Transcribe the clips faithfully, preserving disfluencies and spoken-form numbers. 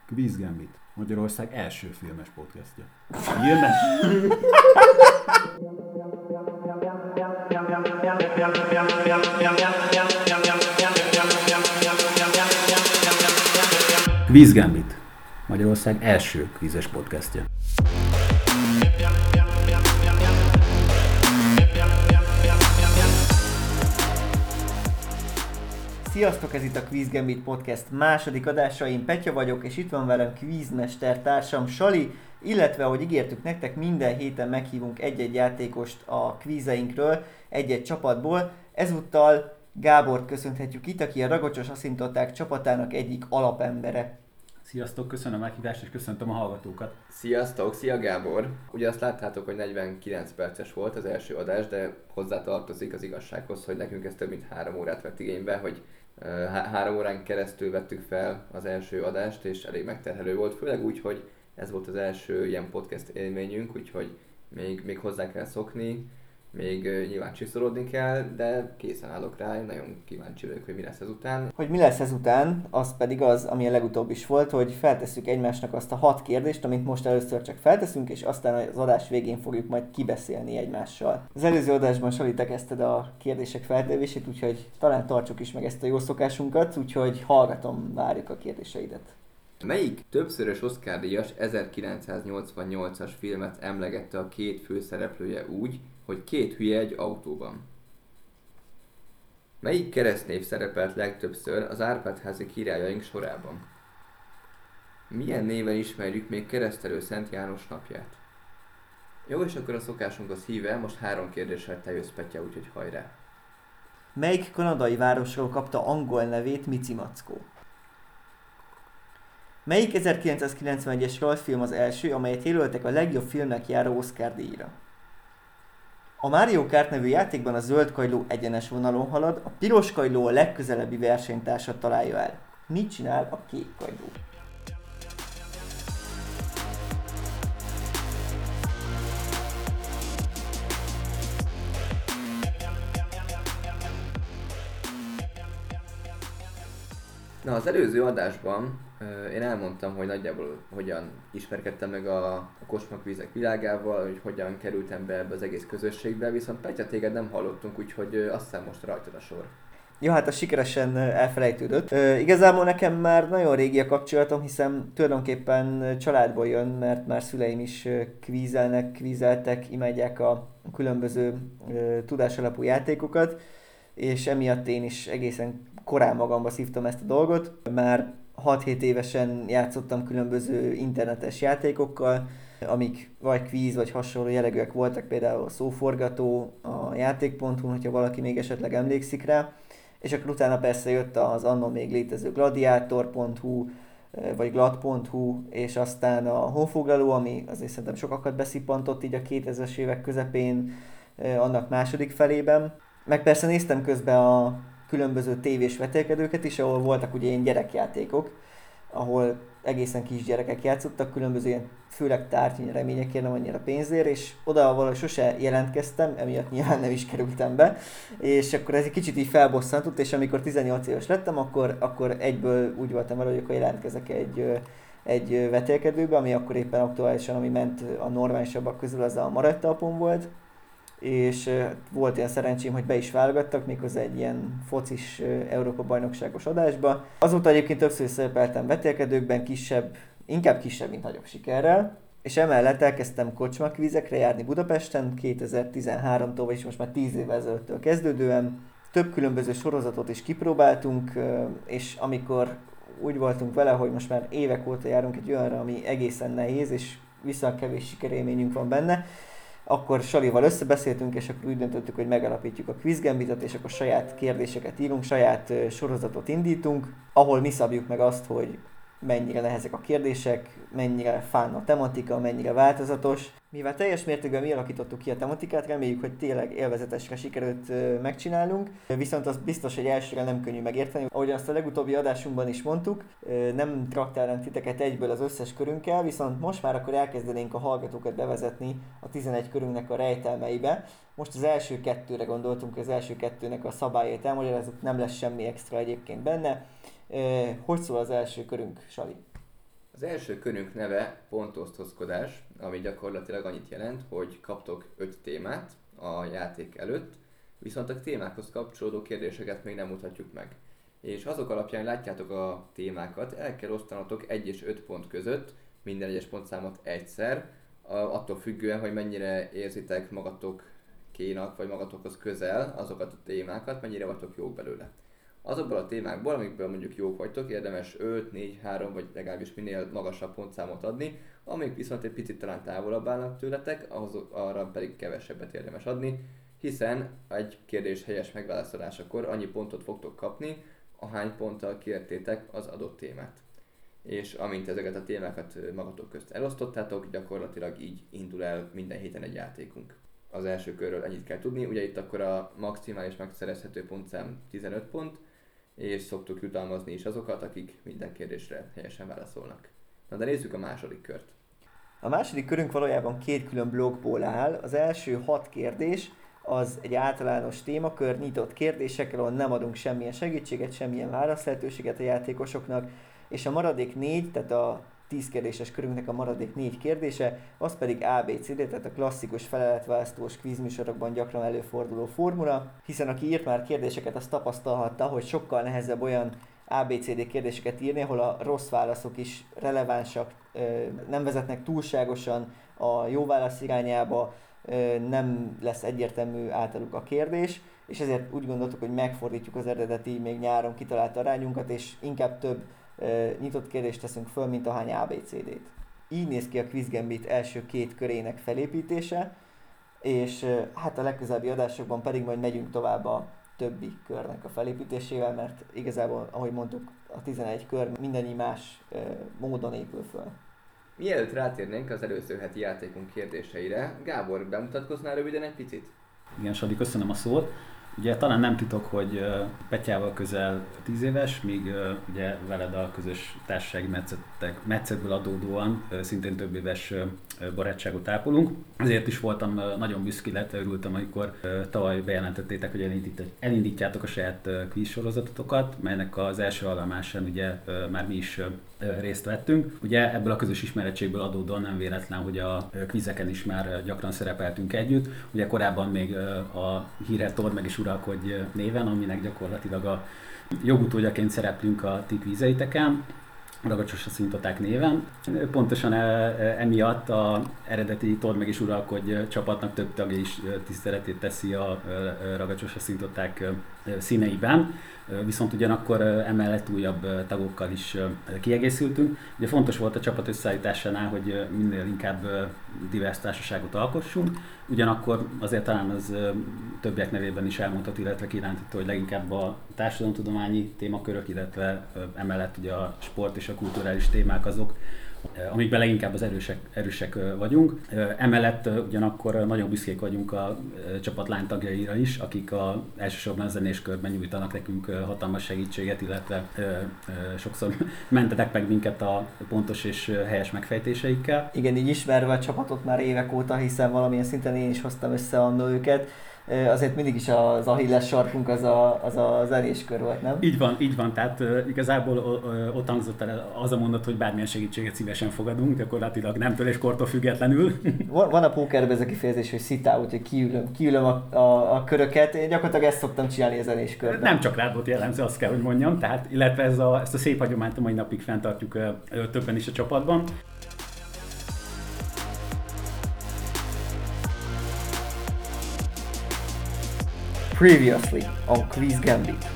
Quiz Gambit, Magyarország első filmes podcastja. Filmes? Quiz Gambit, Magyarország első quizes podcastja. Sziasztok, ez itt a Quiz Gambit Podcast második adása, én Petya vagyok, és itt van velem quizmester társam Sali, illetve, ahogy ígértük nektek, minden héten meghívunk egy-egy játékost a quizeinkről, egy-egy csapatból. Ezúttal Gábort köszönhetjük itt, aki a Ragocsos Asszimtoták csapatának egyik alapembere. Sziasztok, köszönöm a meghívást, és köszöntöm a hallgatókat. Sziasztok, szia Gábor! Ugye azt láttátok, hogy negyvenkilenc perces volt az első adás, de hozzá tartozik az igazsághoz, hogy nekünk ez több mint három órát vett igénybe, hogy há- három órán keresztül vettük fel az első adást, és elég megterhelő volt, főleg úgy, hogy ez volt az első ilyen podcast élményünk, úgyhogy még, még hozzá kell szokni, még nyilván csiszolódni kell, de készen állok rá, nagyon kíváncsi vagyok, hogy mi lesz ezután. Hogy mi lesz ezután, az pedig az, ami a legutóbb is volt, hogy feltesszük egymásnak azt a hat kérdést, amit most először csak felteszünk, és aztán az adás végén fogjuk majd kibeszélni egymással. Az előző adásban, Sali, te kezdted a kérdések feltevését, úgyhogy talán tartsuk is meg ezt a jó szokásunkat, úgyhogy hallgatom, várjuk a kérdéseidet. Melyik többszörös Oscar-díjas ezerkilencszáznyolcvannyolcas filmet emlegette a két főszereplője úgy, hogy két hülye egy autóban? Melyik keresztnév szerepelt legtöbbször az Árpád-házi királyaink sorában? Milyen néven ismerjük még Keresztelő Szent János napját? Jó, és akkor a szokásunkhoz híve, most három kérdéssel te jössz, Petya, úgyhogy hajrá! Melyik kanadai városról kapta angol nevét Mici Mackó? Melyik ezerkilencszázkilencvenegyes rajzfilm az első, amelyet jelöltek a legjobb filmnek járó Oscar-díjra? A Mario Kart nevű játékban a zöld kagyló egyenes vonalon halad, a piros kagyló a legközelebbi versenytársat találja el. Mit csinál a kék kagyló? Na, az előző adásban uh, én elmondtam, hogy nagyjából hogyan ismerkedtem meg a, a kocsmakvízek világával, hogy hogyan kerültem be ebbe az egész közösségbe, viszont Petya, téged nem hallottunk, úgyhogy uh, azt hiszem most rajtad a sor. Jó, hát az sikeresen elfelejtődött. Ö, igazából nekem már nagyon régi a kapcsolatom, hiszen tulajdonképpen családból jön, mert már szüleim is kvízelnek, kvízeltek, imádják a különböző ö, tudásalapú játékokat, és emiatt én is egészen korán magamba szívtam ezt a dolgot. Már hat-hét évesen játszottam különböző internetes játékokkal, amik vagy kvíz, vagy hasonló jellegűek voltak, például a szóforgató, a játék pont hu, hogyha valaki még esetleg emlékszik rá. És akkor utána persze jött az anno még létező gladiátor pont hu, vagy glad pont hu, és aztán a honfoglaló, ami azért szerintem sokakat beszippantott így a kétezres évek közepén, annak második felében. Meg persze néztem közben a különböző tévés vetélkedőket is, ahol voltak ugye ilyen gyerekjátékok, ahol egészen kis gyerekek játszottak, különböző ilyen, főleg tárgynyereményekért, nem annyira pénzért, és oda valahogy sose jelentkeztem, emiatt nyilván nem is kerültem be, és akkor ez egy kicsit így felbosszantott, és amikor tizennyolc éves lettem, akkor, akkor egyből úgy voltam vele, hogy akkor jelentkezek egy, egy vetélkedőbe, ami akkor éppen aktuálisan, ami ment a normálisabbak közül, az a Maradtalpon volt, és volt ilyen szerencsém, hogy be is válogattak, méghozzá egy ilyen focis Európa-bajnokságos adásba. Azóta egyébként többször szerepeltem vetélkedőkben, kisebb, inkább kisebb, mint nagyobb sikerrel, és emellett elkezdtem kocsmakvízekre járni Budapesten kétezer-tizenháromtól, vagyis most már tíz évvel ezelőttől kezdődően. Több különböző sorozatot is kipróbáltunk, és amikor úgy voltunk vele, hogy most már évek óta járunk egy olyanra, ami egészen nehéz, és viszonylag kevés sikerélményünk van benne, akkor Salival összebeszéltünk, és akkor úgy döntöttük, hogy megalapítjuk a Quiz Gambitot, és akkor saját kérdéseket írunk, saját sorozatot indítunk, ahol mi szabjuk meg azt, hogy mennyire nehezek a kérdések, mennyire fán a tematika, mennyire változatos. Mivel teljes mértékben mi alakítottuk ki a tematikát, reméljük, hogy tényleg élvezetesre sikerült megcsinálnunk, viszont az biztos, hogy elsőre nem könnyű megérteni. Ahogy azt a legutóbbi adásunkban is mondtuk, nem traktálnánk titeket egyből az összes körünkkel, viszont most már akkor elkezdenénk a hallgatókat bevezetni a tizenegy körünknek a rejtelmeibe. Most az első kettőre gondoltunk, hogy az első kettőnek a szabályait elmagyarázzuk, nem lesz semmi extra egyébként benne. Hogy szól az első körünk, Sali? Az első körünk neve pontosztozkodás, ami gyakorlatilag annyit jelent, hogy kaptok öt témát a játék előtt, viszont a témákhoz kapcsolódó kérdéseket még nem mutatjuk meg. És azok alapján látjátok a témákat, el kell osztanatok egy és öt pont között minden egyes pontszámot egyszer, attól függően, hogy mennyire érzitek magatokénak vagy magatokhoz közel azokat a témákat, mennyire vagytok jók belőle. Azokból a témákból, amikből mondjuk jók vagytok, érdemes öt, négy, három vagy legalábbis minél magasabb pontszámot adni, amik viszont egy picit talán távolabb állnak tőletek, ahhoz, arra pedig kevesebbet érdemes adni, hiszen egy kérdés helyes megválaszolásakor annyi pontot fogtok kapni, ahány ponttal kértétek az adott témát. És amint ezeket a témákat magatok közt elosztottátok, gyakorlatilag így indul el minden héten egy játékunk. Az első körről ennyit kell tudni, ugye itt akkor a maximális megszerezhető pontszám tizenöt pont, és szoktuk jutalmazni is azokat, akik minden kérdésre helyesen válaszolnak. Na de nézzük a második kört. A második körünk valójában két külön blokkból áll. Az első hat kérdés az egy általános témakör, nyitott kérdésekkel, ahol nem adunk semmilyen segítséget, semmilyen válaszlehetőséget a játékosoknak, és a maradék négy, tehát a tíz kérdéses körünknek a maradék négy kérdése, az pedig á bé cé dé, tehát a klasszikus feleletválasztós kvízműsorokban gyakran előforduló formula, hiszen aki írt már kérdéseket, az tapasztalhatta, hogy sokkal nehezebb olyan á bé cé dé kérdéseket írni, ahol a rossz válaszok is relevánsak, nem vezetnek túlságosan a jó válasz irányába, nem lesz egyértelmű általuk a kérdés, és ezért úgy gondoltuk, hogy megfordítjuk az eredeti, még nyáron kitalált arányunkat, és inkább több nyitott kérdést teszünk föl, mint ahány á bé cé dét. Így néz ki a Quiz Gambit első két körének felépítése, és hát a legközelebbi adásokban pedig majd megyünk tovább a többi körnek a felépítésével, mert igazából, ahogy mondtuk, a tizenegy kör mindannyi más módon épül föl. Mielőtt rátérnénk az előző heti játékunk kérdéseire, Gábor, bemutatkoznál röviden egy picit? Igen, Sadi, köszönöm a szót. Ugye talán nem titok, hogy Petyával közel tíz éves, míg ugye veled a közös társasági metszetből adódóan szintén több éves barátságot ápolunk. Ezért is voltam nagyon büszke, illetve örültem, amikor tavaly bejelentettétek, hogy elindítjátok a saját kvíz sorozatotokat, melynek az első alkalmásán ugye már mi is részt vettünk. Ugye ebből a közös ismerettségből adódóan nem véletlen, hogy a kvizeken is már gyakran szerepeltünk együtt. Ugye korábban még a hírhet Tord meg is uralkodj néven, aminek gyakorlatilag a jogutódjaként szereplünk a ti kvízeiteken, Ragacsos Aszintoták néven. Pontosan emiatt a eredeti Tord meg is uralkodj csapatnak több tagja is tiszteletét teszi a Ragacsos Aszintoták színeiben. Viszont ugyanakkor emellett újabb tagokkal is kiegészültünk. Ugye fontos volt a csapat összeállításánál, hogy minél inkább divers társaságot alkossunk. Ugyanakkor azért talán az többiek nevében is elmondható, illetve kirántító, hogy leginkább a társadalomtudományi témakörök, illetve emellett ugye a sport és a kulturális témák azok, amikben leginkább az erősek, erősek vagyunk. Emellett ugyanakkor nagyon büszkék vagyunk a csapat lánytagjaira is, akik a, elsősorban a zenés körben nyújtanak nekünk hatalmas segítséget, illetve sokszor mentetek meg minket a pontos és helyes megfejtéseikkel. Igen, így ismerve a csapatot már évek óta, hiszen valamilyen szinten én is hoztam össze annól őket. Azért mindig is az Achilles sarkunk az a, az a zenéskör volt, nem? Így van, így van, tehát uh, igazából uh, ott hangzott el az a mondat, hogy bármilyen segítséget szívesen fogadunk, gyakorlatilag nemtől és kortól függetlenül. Van, van a pókerben ez a kifejezés, hogy sit out, hogy kiülöm, kiülöm a, a, a köröket, én gyakorlatilag ezt szoktam csinálni a zenéskörben. Nem csak rád volt jellemző, azt kell, hogy mondjam, tehát illetve ez a, ezt a szép hagyományt a mai napig fenntartjuk uh, többen is a csapatban. Previously on Quiz Gambit.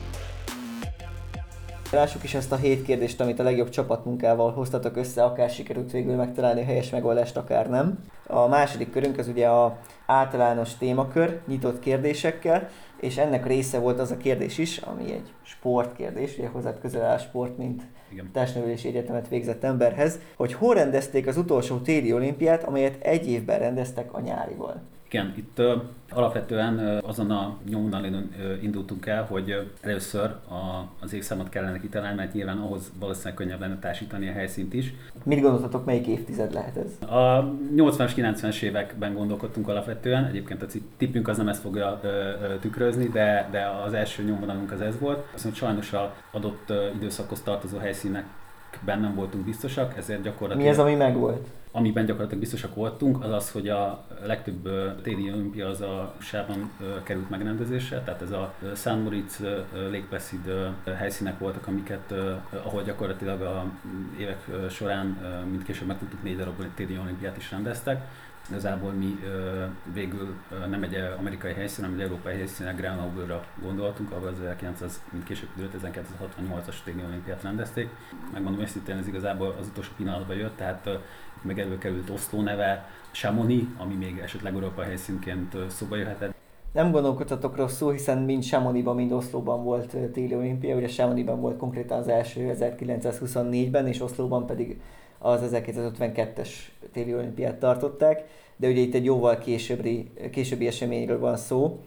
Lássuk is ezt a hét kérdést, amit a legjobb csapatmunkával hoztatok össze, akár sikerült végül megtalálni a helyes megoldást, akár nem. A második körünk az ugye a általános témakör, nyitott kérdésekkel, és ennek része volt az a kérdés is, ami egy sportkérdés, ugye hozzád közel áll sport, mint testnevelési egyetemet végzett emberhez, hogy hol rendezték az utolsó téli olimpiát, amelyet egy évben rendeztek a nyárival. Igen, itt uh, alapvetően uh, azon a nyomvonalon uh, indultunk el, hogy uh, először a, az évszámot kellene kitalálni, mert nyilván ahhoz valószínűleg könnyebb lenne társítani a helyszínt is. Mit gondoltatok, melyik évtized lehet ez? A nyolcvanas, kilencvenes években gondolkodtunk alapvetően, egyébként a tippünk az nem ezt fogja uh, uh, tükrözni, de, de az első nyomvonalunk az ez volt. Azt mondjuk sajnos az adott uh, időszakhoz tartozó helyszínek nem voltunk biztosak, ezért gyakorlatilag... Mi az, ami megvolt? Amiben gyakorlatilag biztosak voltunk, az az, hogy a legtöbb téli olimpia az a u es á-ban került megrendezésre, tehát ez a Saint Moritz, Lake Placid helyszínek voltak, amiket, ahol gyakorlatilag a évek során, mint később megtudtuk, négy darab téli olimpiát is rendeztek. Igazából mi végül nem egy amerikai helyszín, hanem egy európai helyszínen, Grenoble-ra gondoltunk, ahol az ezerkilencszáz, mint később ezerkilencszázhatvannyolcas téli olimpiát rendezték. Megmondom őszintén, ez igazából az utolsó pillanatban jött, tehát meg előkerült Oszló neve, Chamonix, ami még esetleg európai helyszínként szóba jöhetett. Nem gondolkodhatok rosszul, hiszen mind Chamonixban, mind Oszlóban volt téli olimpia. Ugye Chamonixban volt konkrétan az első ezerkilencszázhuszonnégyben, és Oszlóban pedig az ezerkilencszázötvenkettes téli olimpiát tartották, de ugye itt egy jóval későbbi, későbbi eseményről van szó.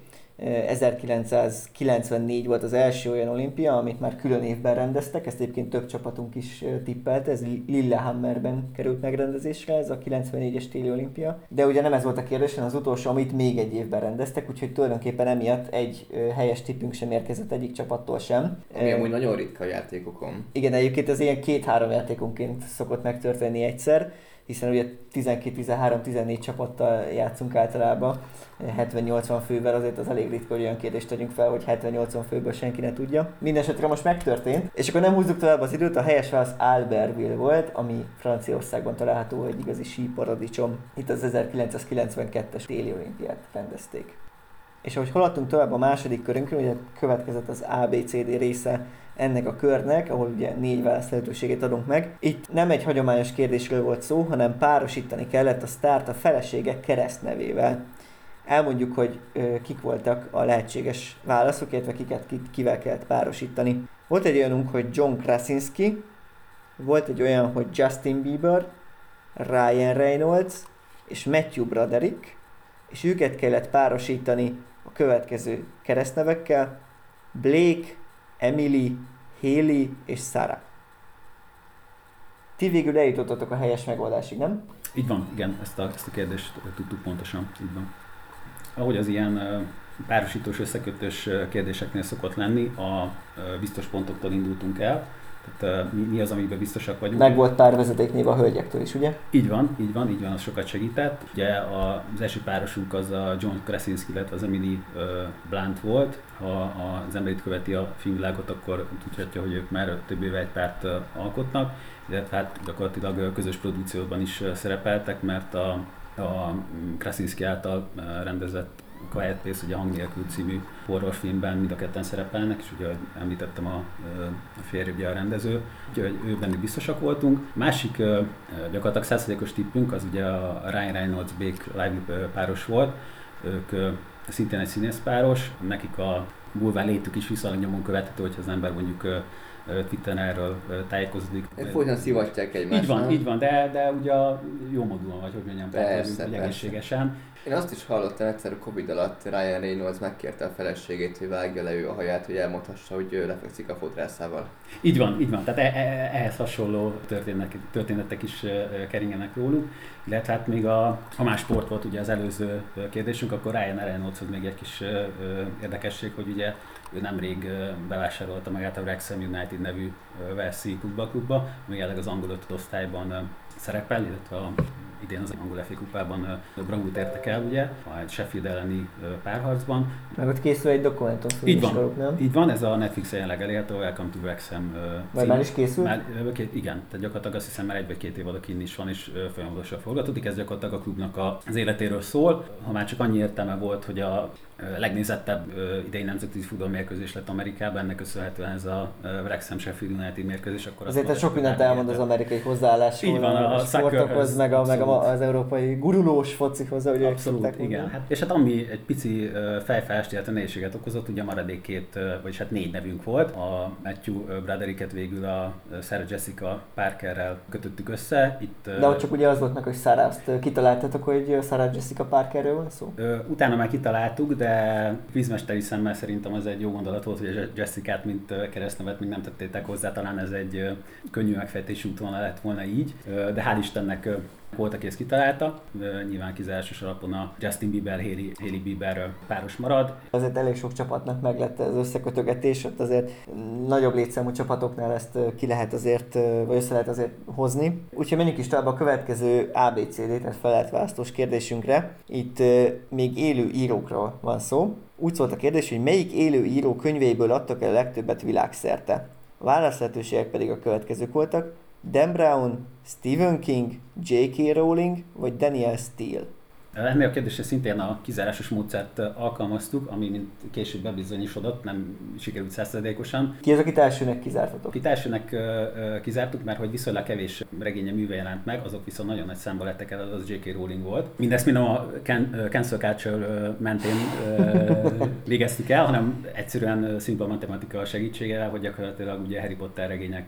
ezerkilencszázkilencvennégy volt az első olyan olimpia, amit már külön évben rendeztek, ezt egyébként több csapatunk is tippelte, ez Lillehammerben került megrendezésre, ez a kilencvennégyes téli olimpia. De ugye nem ez volt a kérdés, hanem az utolsó, amit még egy évben rendeztek, úgyhogy tulajdonképpen emiatt egy helyes tippünk sem érkezett egyik csapattól sem. Ami amúgy nagyon ritka játékokon. Igen, egyébként ez ilyen két-három játékonként szokott megtörténni egyszer, hiszen ugye tizenkét, tizenhárom, tizennégy csapattal játszunk általában, hetven-nyolcvan fővel, azért az elég ritka, hogy olyan kérdést tegyünk fel, hogy hetven-nyolcvan főből senki ne tudja. Mindenesetre most megtörtént, és akkor nem húzzuk tovább az időt, a helyes válasz Albertville volt, ami Franciaországban található, egy igazi síparadicsom. Itt az ezerkilencszázkilencvenkettes téli olimpiát rendezték. És ahogy haladtunk tovább a második körünkön, ugye következett az á bé cé dé része ennek a körnek, ahol ugye négy válasz lehetőséget adunk meg. Itt nem egy hagyományos kérdésről volt szó, hanem párosítani kellett a sztárt a felesége keresztnevével. Elmondjuk, hogy ö, kik voltak a lehetséges válaszok, illetve kiket ki, kivel kellett párosítani. Volt egy olyanunk, hogy John Krasinski, volt egy olyan, hogy Justin Bieber, Ryan Reynolds és Matthew Broderick, és őket kellett párosítani a következő keresztnevekkel: Blake, Emily, Haley és Sarah. Ti végül eljutottatok a helyes megoldásig, nem? Így van, igen, ezt a, ezt a kérdést tudtuk pontosan, így van. Ahogy az ilyen párosítós, összekötős kérdéseknél szokott lenni, a biztos pontoktól indultunk el. Tehát mi, mi az, amiben biztosak vagyunk. Meg volt pár vezetéknév a hölgyektől is, ugye? Így van, így van, így van, az sokat segített. Ugye az első párosunk az a John Krasinski, illetve az Emily Blunt volt. Ha az ember itt követi a filmvilágot, akkor tudhatja, hogy ők már több éve egy párt alkotnak, illetve hát gyakorlatilag közös produkcióban is szerepeltek, mert a, a Krasinski által rendezett Quiet Place, ugye Hang nélkül című horrorfilmben mind a ketten szerepelnek, és ugye említettem a, a férj, ugye a rendező, úgyhogy ő bennük biztosak voltunk. Másik gyakorlatilag száz százalékos tippünk az ugye a Ryan Reynolds Blake Lively páros volt, ők szintén egy színész páros, nekik a bulvár létük is viszonylag nyomon követhető, hogyha az ember mondjuk Twitteren erről tájékozódik. Folyton szivatják egymást. Így van, így van, de, de ugye jó módon, vagy hogy mondjam, persze, hogy egészségesen. Én azt is hallottam egyszer a Covid alatt, Ryan Reynolds megkérte a feleségét, hogy vágja le ő a haját, hogy elmondhassa, hogy ő lefekszik a fodrászával. Így van, így van. Tehát e- e- ehhez hasonló történetek, történetek is keringenek róluk. Illetve hát még a, ha más sport volt ugye az előző kérdésünk, akkor Ryan Reynoldshoz még egy kis érdekesség, hogy ugye ő nemrég bevásárolta magát a Wrexham United nevű Walesi futballklubba, ami jelenleg az angol ötöd osztályban szerepel, illetve a idén az angol ef á kupában bravúrt értek el, ugye, a Sheffield elleni párharcban. Meg ott készül egy dokumentumfilm így is van, róluk, nem? Így van, ez a Netflix jelenleg elérhető, Welcome to Wrexham Vagy már is készül? Már, igen, tehát gyakorlatilag azt hiszem már egy vagy két év kinn is van, és folyamatosan forgatódik, ez gyakorlatilag a klubnak az életéről szól. Ha már csak annyi értelme volt, hogy a legnézettebb idei nemzetközi futballmérkőzés lett Amerikában, ennek köszönhetően ez a Wrexham Sheffield United mérkőzés. Akkor azért ez sok mindent elmond az amerikai hozzáállásról, így van, a, a sportokhoz, meg, a, meg a, az európai gurulós focihoz, ahogy abszolút, igen. Hát, és hát ami egy pici fejfájást, illetve nehézséget okozott, ugye maradék két, vagyis hát négy nevünk volt. A Matthew Brodericket végül a Sarah Jessica Parkerrel kötöttük össze. Itt, de ott csak ugye az volt meg, hogy Sarah, azt kitaláltatok, hogy Sarah Jessica Parkerről van szó? Utána már kitaláltuk, de vízmesteri szemmel szerintem az egy jó gondolat volt, hogy a Jessicát, mint keresztnevet még nem tettétek hozzá, talán ez egy könnyű megfejtési útvonal lett volna így, de hál' Istennek volt, aki ezt kitalálta. Nyilván kizárásos alapon a Justin Bieber, Hailey, Hailey Bieber páros marad. Azért elég sok csapatnak meg lett az összekötögetés, ott azért nagyobb létszámú csapatoknál ezt ki lehet azért, vagy össze lehet azért hozni. Úgyhogy menjünk is tovább a következő á bé cé dé, tehát feleltválasztós kérdésünkre. Itt még élő írókról van szó. Úgy szólt a kérdés, hogy melyik élő író könyveiből adtak el a legtöbbet világszerte. A válaszlehetőségek pedig a következők voltak: Dan Brown, Stephen King, jé ká Rowling vagy Danielle Steele. Ennél a kérdésre szintén a kizárásos módszert alkalmaztuk, ami mint később bebizonyosodott, nem sikerült százszerzalékosan. Ki az, akit elsőnek kizártatok? Akit elsőnek kizártuk, mert hogy viszonylag kevés regénye műve jelent meg, azok viszont nagyon nagy számba lettek el, az jé ká Rowling volt. Mindezt mind a cancel culture mentén végeztük el, hanem egyszerűen szimpla matematika segítségével, hogy gyakorlatilag ugye Harry Potter regények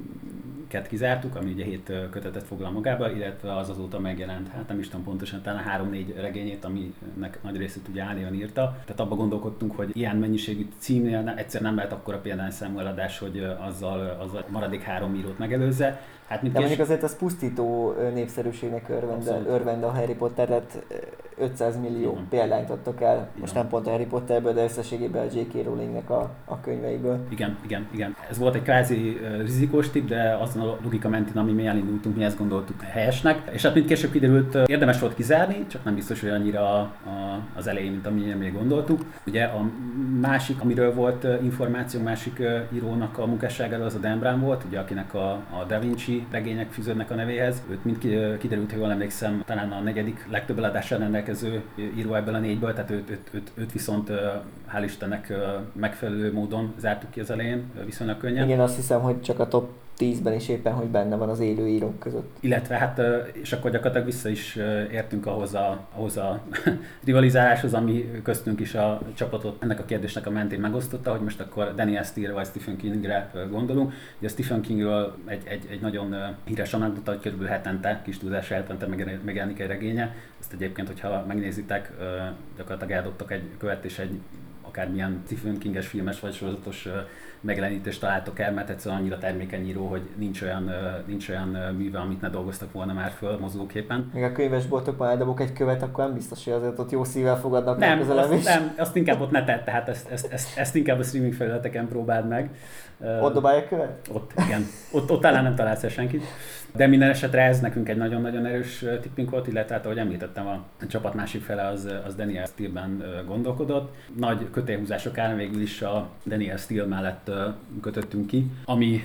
kizártuk, ami ugye hét kötetet foglal magába, illetve az azóta megjelent, hát nem is tudom pontosan, talán három-négy regényét, aminek nagy részét ugye Álion írta. Tehát abba gondolkodtunk, hogy ilyen mennyiségű címnél egyszer nem lehet akkora példányszámú eladás, hogy azzal, azzal maradék három írót megelőzze. Hát, de mondjuk kés... azért az pusztító népszerűségnek örvende, örvende a Harry Potter, tehát ötszáz millió igen. példányt adtak el, igen. Most nem pont a Harry Potterből, de összességében a jé ká Rowlingnek a, a könyveiből. Igen, igen, igen. Ez volt egy kvázi rizikós tipp, de azon a logika mentén, ami mi elindultunk, mi ezt gondoltuk helyesnek. És hát mint később kiderült, érdemes volt kizárni, csak nem biztos, hogy annyira a, a, az elején, mint amilyen még gondoltuk. Ugye a másik, amiről volt információ, másik írónak a munkásságáról, az a Dan Brown volt, ugye akinek a, a Da Vinci regények fűződnek a nevéhez. Őt mind kiderült, hogy jól emlékszem, talán a negyedik legtöbb eladással rendelkező író ebből a négyből, tehát őt, őt, őt, őt viszont hál' Istennek megfelelő módon zártuk ki az elején, viszonylag könnyen. Igen, azt hiszem, hogy csak a top tízben is éppen, hogy benne van az élő írók között. Illetve hát, és akkor gyakorlatilag vissza is értünk ahhoz a, ahhoz a rivalizáláshoz, ami köztünk is a csapatot ennek a kérdésnek a mentén megosztotta, hogy most akkor Danielle Steele vagy Stephen Kingre gondolunk. Ugye Stephen Kingről egy, egy, egy nagyon híres anekdota, hogy körülbelül hetente, kis túlzásra hetente megjelenik egy regénye. Ezt egyébként, hogyha megnézitek, gyakorlatilag eldobtak egy követ és egy akármilyen Stephen Kinges filmes vagy sorozatos megjelenítést találtok el, mert egyszerűen annyira termékeny író, hogy nincs olyan, nincs olyan műve, amit ne dolgoztak volna már föl mozgóképen. Még a könyvesboltokban eldobok egy követ, akkor nem biztos, hogy azért ott jó szívvel fogadnak nem, közelem azt, is. Nem, azt inkább ott ne tett, tehát ezt, ezt, ezt, ezt inkább a streaming felületeken próbáld meg. Ott dobálják követ? Ott, igen. Ott, ott talán nem találsz el senkit. De minden esetre ez nekünk egy nagyon-nagyon erős tippünk volt, illetve hát, ahogy említettem, a csapat másik fele az, az Danielle Steele-ben gondolkodott. Nagy kötélhúzások árán végül is a Danielle Steele mellett kötöttünk ki, ami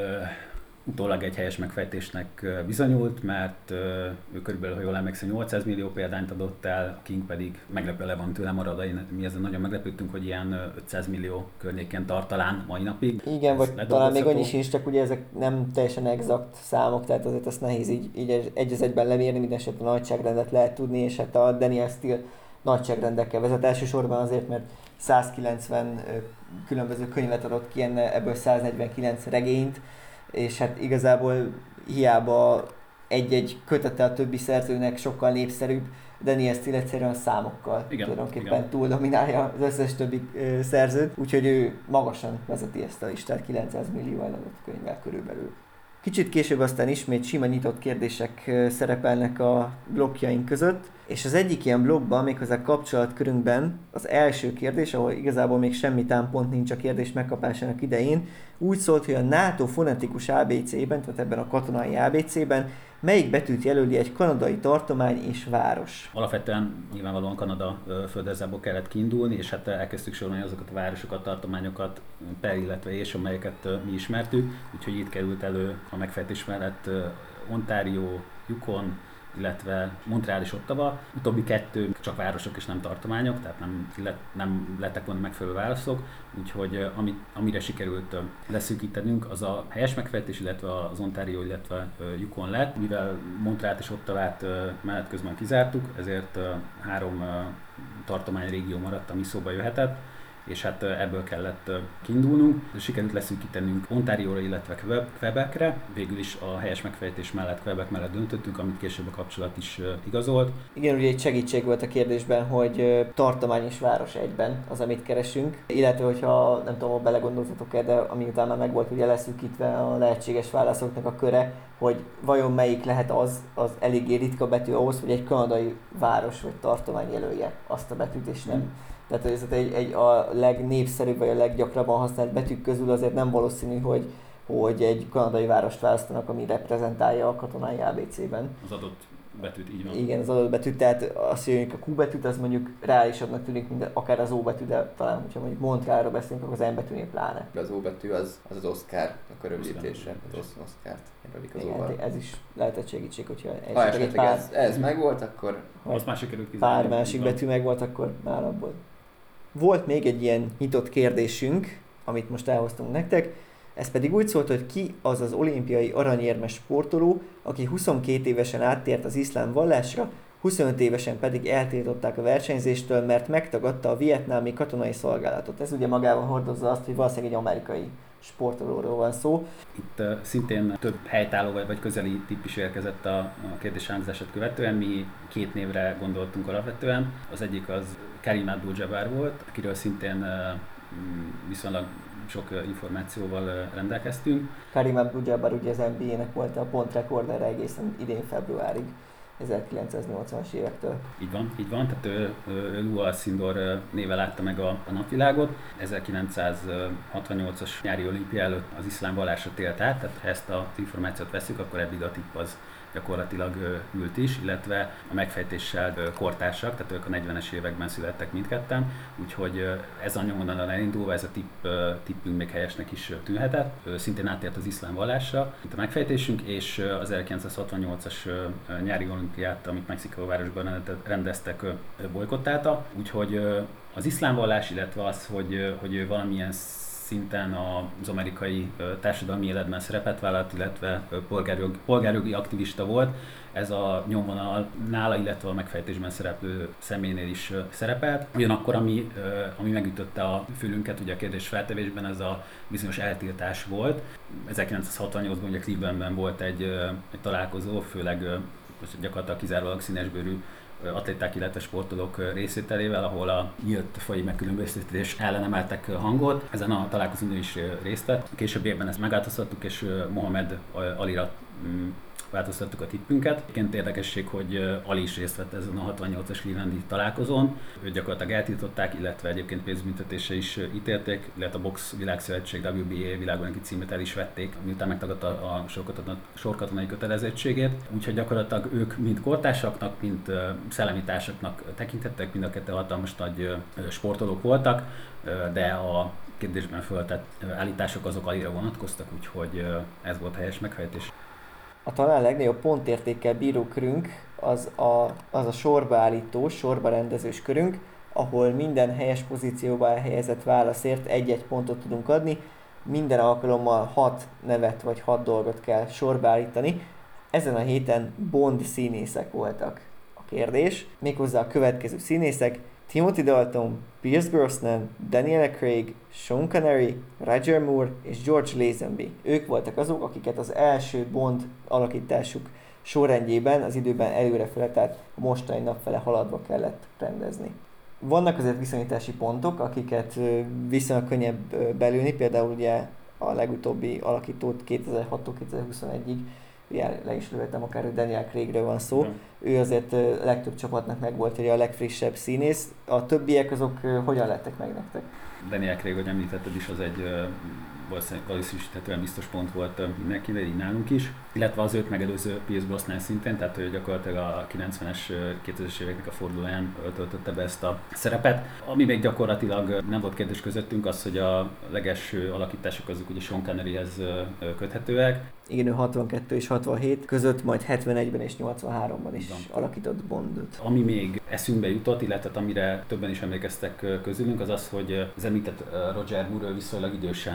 utólag egy helyes megfejtésnek bizonyult, mert ő körülbelül, ha jól emlékszem, nyolcszáz millió példányt adott el, a King pedig meglepő le van tőle maradva. Mi ezen nagyon meglepődtünk, hogy ilyen ötszáz millió környéken tart talán mai napig. Igen, vagy talán még annyi sincs, csak ugye ezek nem teljesen exakt számok, tehát azért ezt nehéz így, így egy az egyben lemérni, minden esetben a nagyságrendet lehet tudni, és hát a Danielle Steele nagyságrendekkel vezet elsősorban azért, mert százkilencven különböző könyvet adott ki, ebből száznegyvenkilenc regényt, és hát igazából hiába egy-egy kötete a többi szerzőnek sokkal népszerűbb, Danielle Steele egyszerűen a számokkal igen, tulajdonképpen igen. túl dominálja az összes többi ö, szerzőt, úgyhogy ő magasan vezeti ezt a listát, kilencszáz millió eladott könyvvel körülbelül. Kicsit később aztán ismét sima nyitott kérdések szerepelnek a blokkjaink között, és az egyik ilyen blokkban, méghozzá kapcsolatkörünkben az első kérdés, ahol igazából még semmi támpont nincs a kérdés megkapásának idején, úgy szólt, hogy a NATO fonetikus á bé cében, tehát ebben a katonai á bé cében melyik betűt jelöli egy kanadai tartomány és város? Alapvetően nyilvánvalóan Kanada földrajzából kellett kiindulni, és hát elkezdtük sorolni azokat a városokat, tartományokat, per, illetve és amelyeket mi ismertük, úgyhogy itt került elő a megfejtés mellett Ontario, Yukon, illetve Montreal és Ottawa. Utóbbi kettő csak városok és nem tartományok, tehát nem, nem lettek volna megfelelő válaszok, úgyhogy amit, amire sikerült leszűkítenünk, az a helyes megfejtés, illetve az Ontario, illetve Yukon lett. Mivel Montrealt és Ottawát menet közben kizártuk, ezért három tartományrégió maradt, ami szóba jöhetett, és hát ebből kellett kiindulnunk. Sikerült leszűkítenünk Ontárióra, illetve Quebecre. Végül is a helyes megfejtés mellett Quebec mellett döntöttünk, amit később a kapcsolat is igazolt. Igen, ugye egy segítség volt a kérdésben, hogy tartomány és város egyben az, amit keresünk, illetve hogyha nem tudom, hogy belegondoltatok-e, de amiután már meg volt ugye leszűkítve a lehetséges válaszoknak a köre, hogy vajon melyik lehet az, az eléggé ritka betű ahhoz, hogy egy kanadai város vagy tartomány jelölje azt a betűt, és nem. Tehát ez egy, egy a legnépszerűbb vagy a leggyakrabban használt betűk közül azért nem valószínű, hogy, hogy egy kanadai várost választanak, ami reprezentálja a katonai á bé cében. Az adott betűt, így van. Igen, az adott betűt, tehát azt mondjuk a Q betűt, az mondjuk reálisabbnak tűnik, mint akár az O betű, de talán, hogyha mondjuk Montrealról beszélünk, akkor az M betűnél pláne. Az O betű az az, az Oscar, a rövidítése, az Oscart jelölik az O-val. Ez is lehetett segítség, hogyha ha esetleg pár, ez, ez megvolt, akkor... Az már sikerült kizárni. Pár másik betű megvolt, akkor már abból. Volt még egy ilyen nyitott kérdésünk, amit most elhoztunk nektek, ez pedig úgy szólt, hogy ki az az olimpiai aranyérmes sportoló, aki huszonkét évesen áttért az iszlám vallásra, huszonöt évesen pedig eltiltották a versenyzéstől, mert megtagadta a vietnámi katonai szolgálatot. Ez ugye magában hordozza azt, hogy valószínűleg egy amerikai sportolóról van szó. Itt uh, szintén több helytálló vagy, vagy közeli tipp is érkezett a, a kérdés elhangzását követően. Mi két névre gondoltunk alapvetően. Az egyik az Kareem Abdul-Jabbar volt, akiről szintén uh, viszonylag sok uh, információval uh, rendelkeztünk. Kareem Abdul-Jabbar ugye az en bé á-nek volt a pont rekorderre egészen idén februárig, ezerkilencszáznyolcvanas évektől. Így van, így van, tehát ő, ő Lua Alcindor néven látta meg a, a napvilágot. ezerkilencszázhatvannyolcas nyári olimpia előtt az iszlám vallásra tért át, tehát ha ezt az információt veszük, akkor eddig a tipp az gyakorlatilag ült is, illetve a megfejtéssel kortársak, tehát ők a negyvenes években születtek mindketten, úgyhogy ez a nyomvonalon elindulva ez a tipp, tippünk még helyesnek is tűnhetett. Szintén átért az iszlám vallásra, mint a megfejtésünk, és az ezerkilencszázhatvannyolcas nyári olimpiát, amit Mexikóvárosban rendeztek, bolykottálta, úgyhogy az iszlám vallás, illetve az, hogy, hogy valamilyen szinten az amerikai társadalmi életben szerepet vállalt, illetve polgárjog, polgárjogi aktivista volt. Ez a nyomvonal nála, illetve a megfejtésben szereplő személynél is szerepelt. Ugyanakkor, ami, ami megütötte a fülünket, ugye a kérdés feltevésben, ez a bizonyos eltiltás volt. ezerkilencszázhatvannyolcban ugye Clevelandben volt egy, egy találkozó, főleg gyakorlatilag kizárólag színesbőrű atléták, illetve sportolók részvételével, ahol a nyílt faji megkülönböztetés ellen emeltek hangot. Ezen a találkozón is részt vett. Később évben ezt megváltoztattuk, és Mohamed Alira változtattuk a tippünket. Egyébként érdekesség, hogy Ali is részt vett ezen a hatvannyolcas Clevelandi találkozón. Őt gyakorlatilag eltiltották, illetve egyébként pénzbüntetésre is ítélték, illetve a Box Világszövetség dupla vé bé á világbajnoki címet el is vették, miután megtagadta a sorkatonai kötelezettségét. Úgyhogy gyakorlatilag ők mind kortársaknak, mind szellemi társaknak tekintettek, mind a kettő hatalmas nagy sportolók voltak, de a kérdésben föltett állítások azok Alira vonatkoztak, úgyhogy ez volt helyes megfejtés. A talán legnagyobb pontértékkel bíró körünk az a, az a sorbaállító, sorba rendezős körünk, ahol minden helyes pozícióba elhelyezett válaszért egy-egy pontot tudunk adni. Minden alkalommal hat nevet vagy hat dolgot kell sorbaállítani. Ezen a héten Bond színészek voltak a kérdés. Méghozzá a következő színészek: Timothy Dalton, Pierce Brosnan, Daniel Craig, Sean Connery, Roger Moore és George Lazenby. Ők voltak azok, akiket az első Bond alakításuk sorrendjében az időben előrefele, tehát a mostani nap fele haladva kellett rendezni. Vannak azért viszonyítási pontok, akiket viszonylag könnyebb belülni, például ugye a legutóbbi alakítót kétezer-hattól kétezer-huszonegyig, ugye le is lőttem, akár hogy Daniel Craigről van szó. Mm. Ő azért a legtöbb csapatnak meg volt, hogy a legfrissebb színész. A többiek azok hogyan lettek meg nektek? Daniel Craig, hogy említetted is, az egy valószínűsítetően biztos pont volt mindenkivel, így nálunk is. Illetve az őt megelőző Pierce Brosnan szintén, tehát ő gyakorlatilag a kilencvenes, kétezres éveknek a fordulóján töltötte be ezt a szerepet. Ami még gyakorlatilag nem volt kérdés közöttünk, az, hogy a legelső alakítások azok ugye Sean Conneryhez köthetőek. Igen, ő hatvankettő és hatvanhét között, majd hetvenegyben és nyolcvanháromban is Igen. alakított Bondot. Ami még eszünkbe jutott, illetve amire többen is emlékeztek közülünk, az az, hogy az említett Roger Moore viszonylag idősen játszott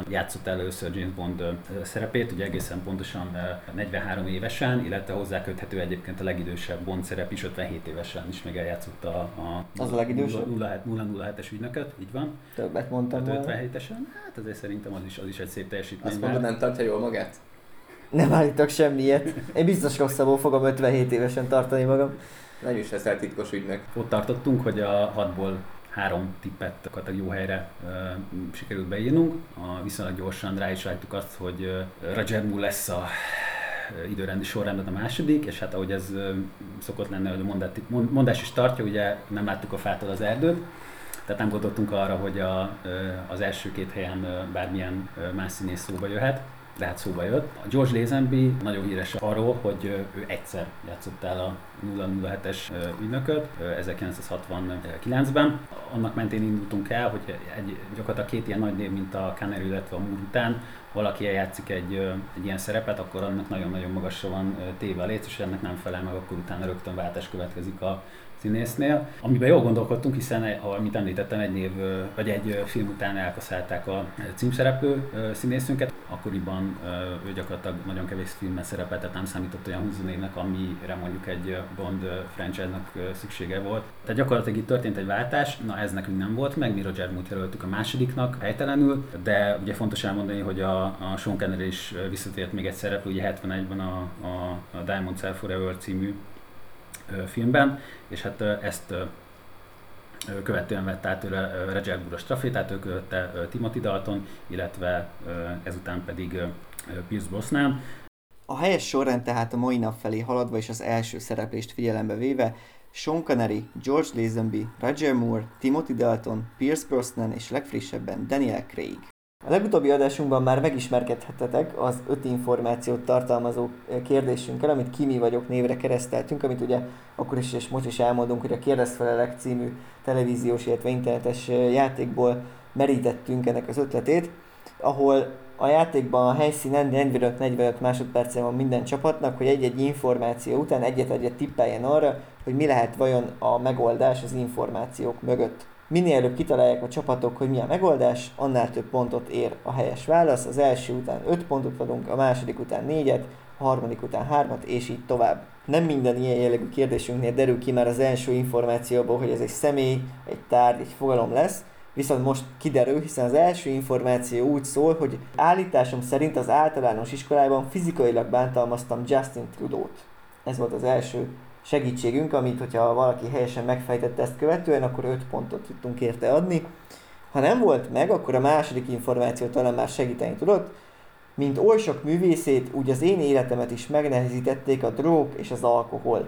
játszotta először James Bond szerepét, ugye egészen pontosan negyvenhárom évesen, illetve hozzáköthető egyébként a legidősebb Bond szerep is, ötvenhét évesen is meg eljátszotta a, a, az a legidősebb? nulla nulla hetes ügynököt, így van. Többet mondtam volna. ötvenhétesen, hát azért szerintem az is, az is egy szép teljesítmény. Azt mondod, nem tartja jól magát? Nem állítok semmiet. Én biztos rosszabbul fogom ötvenhét évesen tartani magam. Nem is leszel titkos ügynök. Ott tartottunk, hogy a hatból három tippet gyakorlatilag jó helyre uh, sikerült beírnunk. A, viszonylag gyorsan rá is rájtuk azt, hogy uh, Roger Moore lesz a uh, időrendi sorrendben a második, és hát ahogy ez uh, szokott lenni, hogy a mondás, mondás is tartja, ugye nem láttuk a fától az erdőt, tehát nem gondoltunk arra, hogy a, uh, az első két helyen uh, bármilyen uh, más színész szóba jöhet. De hát szóba jött. A George Lazenby nagyon híres arról, hogy ő egyszer játszott el a nulla nulla hetes ügynököt ezerkilencszázhatvankilencben. Annak mentén indultunk el, hogy egy, gyakorlatilag két ilyen nagy név, mint a Connery, illetve a Moore után valaki eljátszik egy, egy ilyen szerepet, akkor annak nagyon-nagyon magasra van téve a léc, és ennek nem felel meg, akkor utána rögtön váltás következik a színésznél. Amiben jól gondolkodtunk, hiszen, amit említettem, egy név, vagy egy film után elkaszálták a címszereplő színészünket. Akkoriban ő gyakorlatilag nagyon kevés filmben szerepelt, tehát nem számított olyan húzónévnek, amire mondjuk egy Bond franchise-nak szüksége volt. Tehát gyakorlatilag itt történt egy váltás, na ez nekünk nem volt meg, mi Roger Moore jelöltük a másodiknak helytelenül, de ugye fontos elmondani, hogy a, a Sean Connery is visszatért még egy szereplő, ugye hetvenegyben a, a, a Diamonds Are Forever című filmben, és hát ezt követően vett át tőle Roger Moore a stafétát, ő követte Timothy Dalton, illetve ezután pedig Pierce Brosnan. A helyes sorrend tehát a mai nap felé haladva és az első szereplést figyelembe véve Sean Connery, George Lazenby, Roger Moore, Timothy Dalton, Pierce Brosnan és legfrissebben Daniel Craig. A legutóbbi adásunkban már megismerkedhettetek az öt információt tartalmazó kérdésünkkel, amit Ki mi vagyok névre kereszteltünk, amit ugye akkor is és most is elmondunk, hogy a Kérdezfelelek című televíziós, illetve internetes játékból merítettünk ennek az ötletét, ahol a játékban a helyszínen negyvenöt-negyvenöt másodpercen van minden csapatnak, hogy egy-egy információ után egyet-egyet tippeljen arra, hogy mi lehet vajon a megoldás az információk mögött. Minél előbb kitalálják a csapatok, hogy mi a megoldás, annál több pontot ér a helyes válasz. Az első után öt pontot adunk, a második után négyet, a harmadik után hármat, és így tovább. Nem minden ilyen jellegű kérdésünknél derül ki már az első információból, hogy ez egy személy, egy tárgy, egy fogalom lesz, viszont most kiderül, hiszen az első információ úgy szól, hogy állításom szerint az általános iskolában fizikailag bántalmaztam Justin Trudeau-t. Ez volt az első segítségünk, amit, hogyha valaki helyesen megfejtette ezt követően, akkor öt pontot tudtunk érte adni. Ha nem volt meg, akkor a második információ talán már segíteni tudott. Mint oly sok művészét, úgy az én életemet is megnehezítették a drog és az alkohol.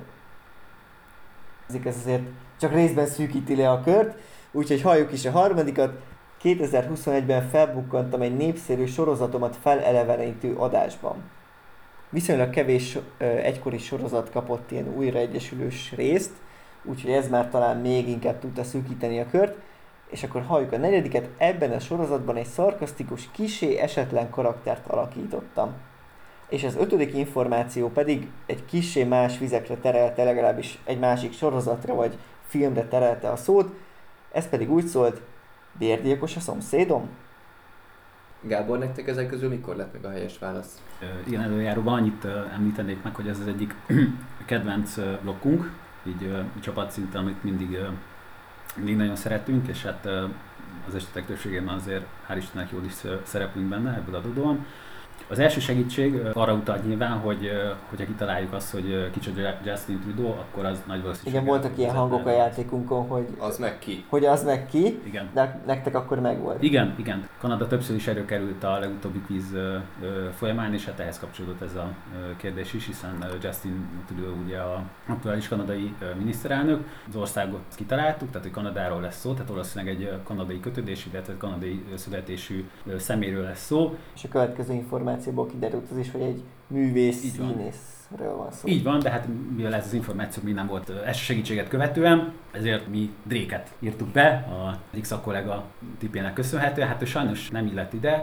Ez azért csak részben szűkíti le a kört, úgyhogy halljuk is a harmadikat. kétezer-huszonegyben felbukkantam egy népszerű sorozatomat felelevenítő adásban. Viszonylag kevés ö, egykori sorozat kapott ilyen újraegyesülős részt, úgyhogy ez már talán még inkább tudta szűkíteni a kört. És akkor halljuk a negyediket, ebben a sorozatban egy szarkasztikus, kissé esetlen karaktert alakítottam. És az ötödik információ pedig egy kissé más vizekre terelte, legalábbis egy másik sorozatra vagy filmre terelte a szót, ez pedig úgy szólt, bérgyilkos a szomszédom? Gábor, nektek ezek közül mikor lett meg a helyes válasz? Igen, előjáróban annyit említenék meg, hogy ez az egyik kedvenc blokkunk, így csapatszinten, amit mindig, mindig nagyon szeretünk, és hát az esetek többségében azért hál' Istennek jól is szereplünk benne, ebből adódóan. Az első segítség arra utalt nyilván, hogy hogyha kitaláljuk azt, hogy kicsoda Justin Trudeau, akkor az nagy valószínűség. Igen, voltak ilyen hangok a játékunkon, hogy az meg ki. Hogy az meg ki, igen. De nektek akkor megvolt. Igen, igen. Kanada többször is előkerült a legutóbbi kvíz folyamán, és hát ehhez kapcsolódott ez a kérdés is, hiszen Justin Trudeau ugye a aktuális kanadai miniszterelnök. Az országot kitaláltuk, tehát hogy Kanadáról lesz szó, tehát valószínűleg egy kanadai kötődésű, illetve kanadai születésű személyről lesz szó. És a következő információból kiderült az is, hogy egy művész, színészről van szó. Így van, de hát mivel ez az információ még nem volt első segítséget követően, ezért mi Drake-et írtuk be, a X kollega tippjének köszönhetően, hát ő sajnos nem illett ide,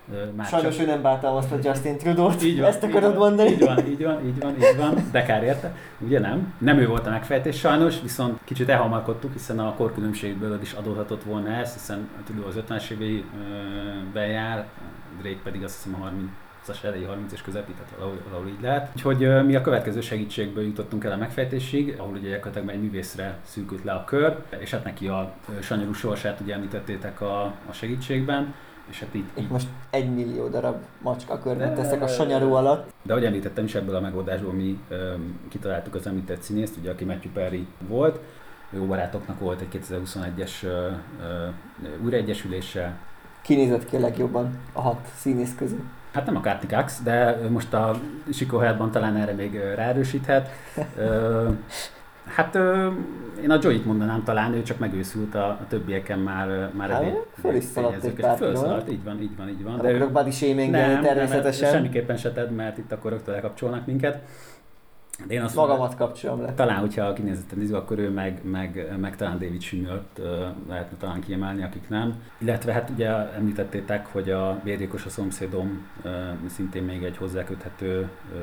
Már Sajnos csak... ő nem bántalmazta Justin Trudeau-t, Így van, ezt akarod így mondani? Így van, így van, így van, így van, de kár érte, ugye nem? Nem ő volt a megfejtés sajnos, viszont kicsit elhamarkodtuk, hiszen a korkülönbségből is adódhatott volna ez, hiszen Trudeau az ötvenes éveiben jár, Drake pedig azt hiszem a harmincas elejé, harmincas közepén, tehát valahol, valahol így lehet. Úgyhogy mi a következő segítségből jutottunk el a megfejtésig, ahol ugye gyakorlatilag egy művészre szűkült le a kör, és hát neki a sanyarú sorsát ugye említettétek a, a segítségben. És hát így, így... Itt most egy millió darab macska körben teszek a sanyarú alatt. De ahogy említettem is, ebből a megoldásból mi öm, kitaláltuk az említett színészt, ugye, aki Matthew Perry volt. Jó barátoknak volt egy kétezer-huszonegyes ö, ö, újraegyesülése. Kinézett ki a legjobban a hat színész közül. Hát nem a Courtney Cox, de most a Chico Heldban talán erre még ráerősíthet. Ö, hát ö, én a Joey-t mondanám talán, ő csak megőszült, a, a többieken már, már hát, eddig. föl is szaladt egy pár Fölszaladt, így van, így van, így van. Nem akarok body shamingelni természetesen. Nem, semmiképpen se tedd, mert itt akkor rögtön lekapcsolnak minket. De én azt magamat kapcsolom le. Talán, hogyha a kinézetet nézzük, akkor ő meg, meg, meg talán David Schwimmer-t lehetne talán kiemelni, akik nem. Illetve hát ugye említettétek, hogy a Bérgyilkos a szomszédom szintén még egy hozzáköthető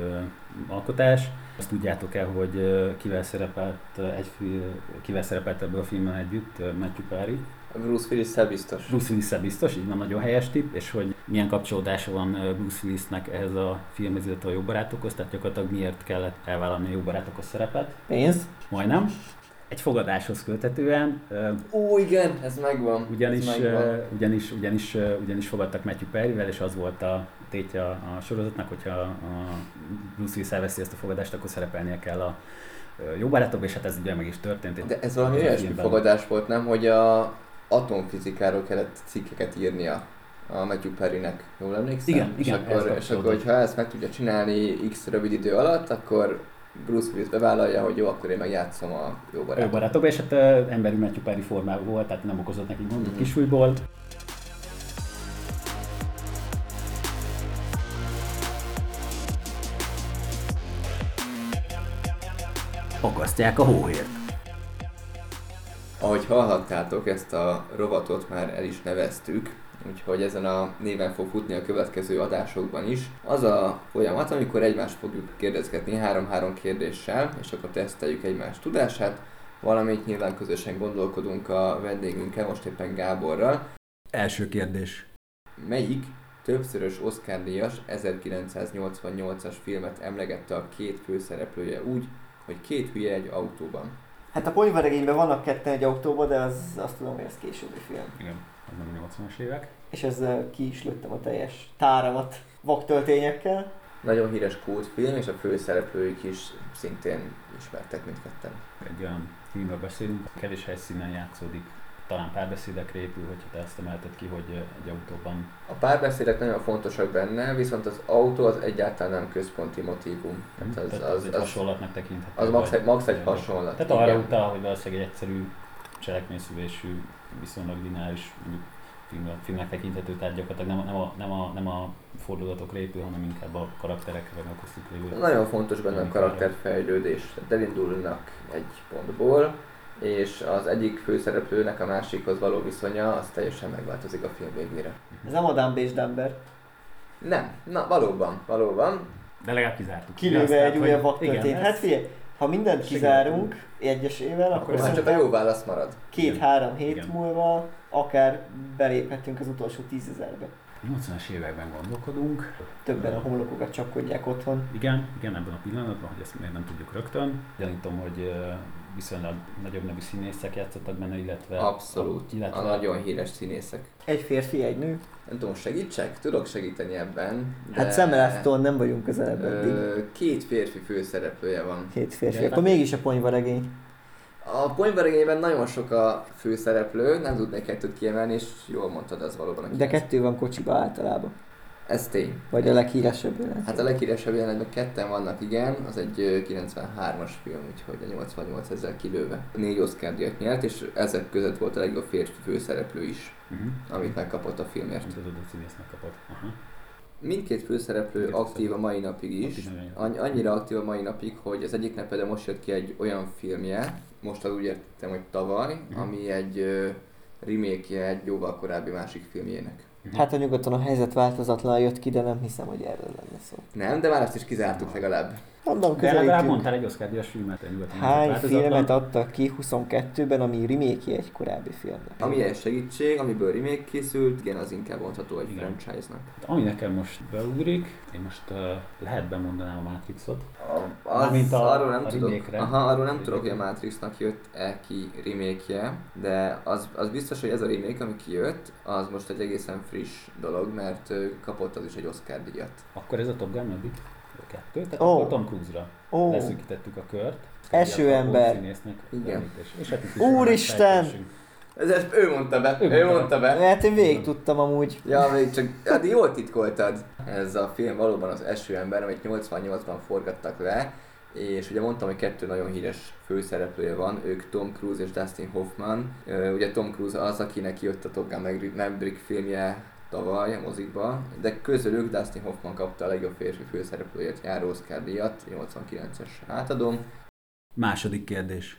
alkotás. Azt tudjátok-e, hogy kivel szerepelt, egy, kivel szerepelt ebből a filmben együtt Matthew Perry? Bruce Willis-szel biztos. Bruce Willis-szel biztos, így van, nagyon helyes tipp, és hogy milyen kapcsolódása van Bruce Willisnek ehhez a filmhez, illetve a Jó barátokhoz, tehát gyakorlatilag miért kellett elvállalni a Jó barátokhoz szerepet? Pénz? Majdnem. Egy fogadáshoz köthetően. Ó, igen, ez megvan. Ugyanis, ez megvan. ugyanis, ugyanis, ugyanis fogadtak Matthew Perryvel, és az volt a tétje a sorozatnak, hogyha a Bruce Willis elveszi ezt a fogadást, akkor szerepelnie kell a Jó barátokban, és hát ez ugye meg is történt. De ez valami olyasmi fogadás volt, nem? Hogy a atomfizikáról kellett cikkeket írnia a Matthew Perrynek, jól emlékszem? Igen, és igen. akkor, és akkor, hogyha ezt meg tudja csinálni x rövid idő alatt, akkor Bruce Willis bevállalja, hogy jó, akkor én meg játszom a Jó barátokban. Jó barátokban, és hát uh, emberi Matthew Perry formában volt, tehát nem okozott neki gondot mm-hmm. kisújból. Akasztják a hóhért. Ahogy hallhattátok, ezt a rovatot már el is neveztük, úgyhogy ezen a néven fog futni a következő adásokban is. Az a folyamat, amikor egymást fogjuk kérdezgetni három-három kérdéssel, és akkor teszteljük egymás tudását, valamint nyilván közösen gondolkodunk a vendégünkkel, most éppen Gáborral. Első kérdés. Melyik többszörös Oscar-díjas ezerkilencszáznyolcvannyolcas filmet emlegette a két főszereplője úgy, hogy két hülye egy autóban? Hát a Ponyvaregényben vannak ketten egy autóban, de az, azt tudom, hogy ez későbbi film. Igen, az nem a nyolcvanas évek. És ezzel ki is lőttem a teljes táramat vaktöltényekkel. Nagyon híres kultfilm, és a főszereplőik is szintén ismertek mindketten. Egy olyan filmről beszélünk, kevés helyszínen játszódik, talán párbeszédekre épül, hogyha te ezt emelted ki, hogy egy autóban... A párbeszédek nagyon fontosak benne, viszont az autó az egyáltalán nem központi motívum. Hmm. Tehát az, Tehát az, az, egy az, hasonlatnak tekinthető. az max egy, max egy hasonlat. Tehát arra utal, hogy valószínűleg egy egyszerű cselekményszövésű, viszonylag lineáris film, filmnek tekinthető, tehát gyakorlatilag nem, nem, a, nem, a, nem a fordulatokra épül, hanem inkább a karakterekre, vagy a köztük lévő. Nagyon fontos benne a karakterfejlődés. Elindulnak egy pontból, és az egyik főszereplőnek a másikhoz való viszonya, az teljesen megváltozik a film végére. Ez nem a Dumb és Dumber. Nem, na valóban, valóban. De legalább kizártuk. Kilőve egy újabb vaktörtényt. Hát figyelj, ha mindent kizárunk egyesével, akkor, akkor csak a jó válasz marad. Két-három hét Igen. múlva akár beléphetünk az utolsó tízezerbe. nyolcvanas években gondolkodunk. Többen a homlokokat csapkodják otthon. Igen, igen, ebben a pillanatban, hogy ezt még nem tudjuk rögtön. Gyanítom, hogy viszonylag nagyobb nevű színészek játszottak benne, illetve... Abszolút, a, illetve a nagyon híres színészek. Egy férfi, egy nő. Nem tudom, segítsek? Tudok segíteni ebben. De Hát Sam Elfton nem vagyunk közelebb eddig. ö, két férfi főszereplője van. Két férfi. De- Akkor mégis a Ponyvaregény. A Ponyvaregényben nagyon sok a főszereplő, nem tudnék kettőt kiemelni, és jól mondtad, az valóban a De kilenc. kettő van kocsiba általában. Ez tény. Vagy a leghíresebb jelenet. Hát a leghíresebb jelenetben ketten vannak, igen, az egy ö, kilencvenhármas film, úgyhogy a nyolcvannyolc ezzel kilőve. Négy Oscar-díjat nyert, és ezek között volt a legjobb férfi főszereplő is, Uh-huh. amit megkapott a filmért. Mint az adott színésznek kapott. Aha. Mindkét főszereplő Mindkét aktív a mai napig is, Aktív nagyon. Anny- annyira aktív a mai napig, hogy az egyiknek például most jött ki egy olyan filmje, most az úgy értem, hogy tavaly, Mhm. ami egy uh, remake-je egy jóval korábbi másik filmjének. Hát a nyugaton a helyzet változatlan jött ki, de nem hiszem, hogy erről lenne szó. Nem, de már azt is kizártuk legalább. Mondom, De legalább közelítünk. mondtál egy Oscar-díjas filmet, egy nyugaton Hány változatlan. filmet adtak ki huszonkettőben, ami remake egy korábbi filmnek? Ami egy segítség, amiből remake készült, igen, az inkább mondható egy Igen. franchise-nak. Ami nekem most beugrik, én most uh, lehet bemondanám a Matrixot. Az, Mármint a- arról nem a tudok, remake-re. aha, arról nem tudok, hogy a Matrixnak jött-e ki remake-je, de az, az biztos, hogy ez a remake, ami kijött, az most egy egészen friss dolog, mert ö, kapott az is egy Oscar díjat. Akkor ez a Top Gun meddig? A kettő? Tehát Ó. akkor Tom Cruise-ra Ó, leszűkítettük a kört. Esőember. Színésznek Igen. említés. És hát itt is Úristen! van egy fejtésünk. Ez, ezt ő mondta be, Ő ő, mondta mondta be. be. hát én végig tudtam amúgy. Ja, még csak, hát jól titkoltad. Ez a film valóban az Esőember, amit nyolcvannyolcban forgattak le, és ugye mondtam, hogy kettő nagyon híres főszereplője van, ők Tom Cruise és Dustin Hoffman. Ö, Ugye Tom Cruise az, akinek jött a Top Gun Maverick filmje tavaly a mozikba, de közülük Dustin Hoffman kapta a legjobb férfi főszereplőért járó Oscar díjat, nyolcvankilences átadom. Második kérdés.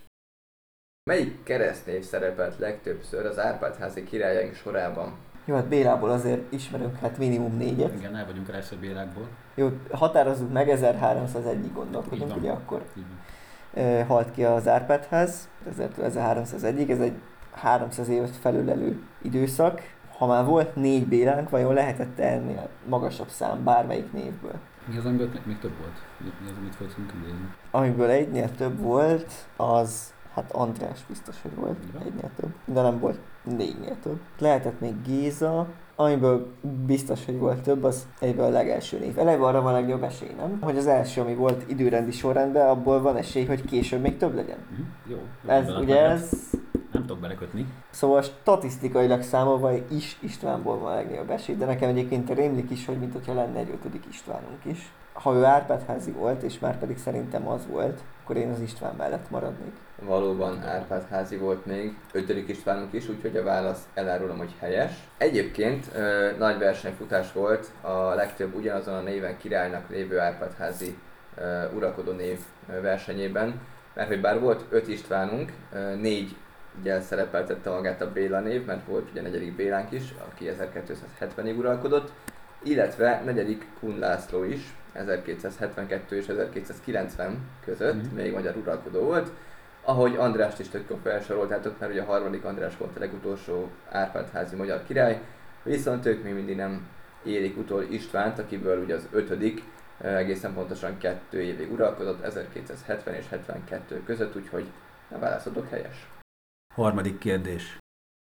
Melyik keresztnév szerepelt legtöbbször az Árpád-házi királyaink sorában? Jó, hát Bélából azért ismerünk hát minimum négyet. Igen, el vagyunk rá Bélákból. Jó, határozzuk meg, ezerháromszázegyig Így gondolkodunk, van. ugye akkor Így van. e, halt ki az Árpád-ház, ezerháromszázegyig, ez egy háromszáz évet felülelő időszak. Ha már volt négy Bélánk, vajon lehetett ennél magasabb szám bármelyik névből? Mi az, amiből még több volt? Mi mi az, amit fogunk idézni? Amiből egynél több volt, az, hát András biztos, hogy volt Igen. egynél több, de nem volt négynél több. Lehetett még Géza, amiből biztos, hogy volt több, az egyből a legelső név. Eleve arra van a legjobb esély, nem? Hogy az első, ami volt időrendi sorrendben, abból van esély, hogy később még több legyen. Uh-huh. Jó. jó Ez bele- ugye ez... Nem tudok belekötni. Szóval statisztikailag számolva is Istvánból van a legnagyobb esély, de nekem egyébként rémlik is, hogy mintha lenne egy ötödik Istvánunk is. Ha ő Árpád-házi volt, és már pedig szerintem az volt, akkor én az István mellett maradnék. Valóban Árpád-házi volt még, ötödik Istvánunk is, úgyhogy a válasz elárulom, hogy helyes. Egyébként ö, nagy versenyfutás volt a legtöbb ugyanazon a néven királynak lévő Árpád-házi ö, uralkodó név ö, versenyében, mert hogy bár volt öt Istvánunk, ö, négy ugye szerepeltette magát a Béla név, mert volt ugye negyedik Bélánk is, aki ezerkétszázhetvenig uralkodott, illetve negyedik Kun László is, ezerkétszázhetvenkettő és ezerkétszázkilencven között, Mhm. még magyar uralkodó volt. Ahogy Andrást is tök jól felsoroltátok, mert ugye a harmadik András volt a legutolsó Árpád-házi magyar király, viszont ők még mindig nem élik utol Istvánt, akiből ugye az ötödik eh, egészen pontosan kettő évig uralkodott, ezerkétszázhetven és hetvenkettő között, úgyhogy a válaszotok helyes. Harmadik kérdés.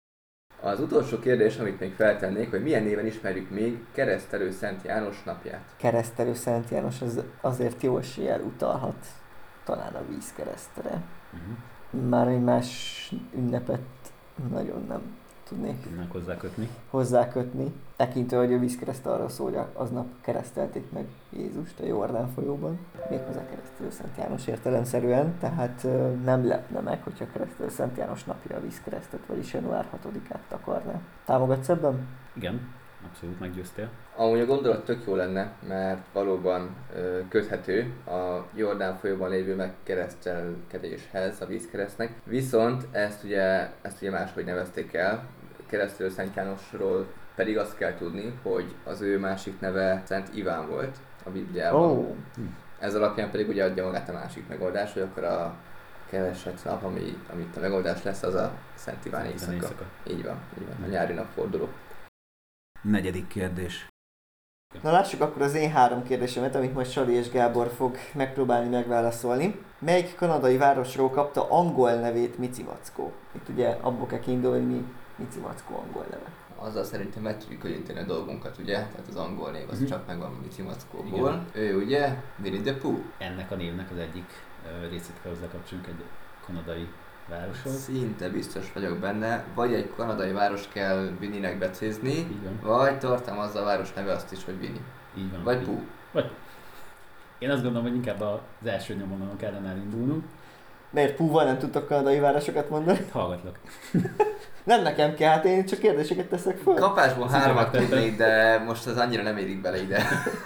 Az utolsó kérdés, amit még feltennék, hogy milyen néven ismerjük még Keresztelő Szent János napját. Keresztelő Szent János az azért jó eséllyel utalhat talán a vízkeresztre. Uh-huh. Már egy más ünnepet nagyon nem tudnék Tudnánk hozzá kötni. hozzákötni. Tekintve, hogy a vízkereszt arra szól, hogy aznap keresztelték meg Jézust a Jordán folyóban. Méghozzá Keresztelő Szent János értelemszerűen, tehát ö, nem lepne meg, hogyha Keresztelő Szent János napja a vízkeresztet, vagyis január hatodikát takarná. Támogatsz ebben? Igen, abszolút meggyőztél. Amúgy a gondolat tök jó lenne, mert valóban ö, köthető a Jordán folyóban lévő megkeresztelkedéshez, a vízkeresztnek. Viszont ezt ugye, ezt ugye máshogy nevezték el, Keresztelő Szent Jánosról pedig azt kell tudni, hogy az ő másik neve Szent Iván volt a Bibliában. Ó, Ez alapján pedig ugye adja magát a másik megoldás, hogy akkor a keresett nap, ami, amit a megoldás lesz, az a Szent Iván Szent éjszaka. éjszaka. Így van, így van, a nyári napforduló. Negyedik kérdés. Na lássuk akkor az én három kérdésemet, amit majd Sali és Gábor fog megpróbálni megválaszolni. Melyik kanadai városról kapta angol nevét Micimackó? Itt ugye abból kell kiindulni, hogy mi Micimackó angol neve. Azzal szerintem meg tudjuk könnyíteni a dolgunkat, ugye? Tehát az angol név az Mhm. csak megvan Micimackóból. Igen. Ő ugye Winnie the Pooh. Ennek a névnek az egyik ö, részét kell hozzákapcsolunk egy kanadai városhoz. Szinte biztos vagyok benne. Vagy egy kanadai város kell Winnie-nek becézni, Így van. vagy tartom azzal a város neve azt is, hogy Winnie. Így van. Vagy Így- Pooh. Vagy. Én azt gondolom, hogy inkább az első nyomon kellene elindulnunk. Miért Púval nem tudtok kanadai városokat mondani? Itt hallgatlak. Nem nekem kell, hát én csak kérdéseket teszek föl. Kapásból Szinte hármat megtetted. tudnék, de most az annyira nem érik bele ide.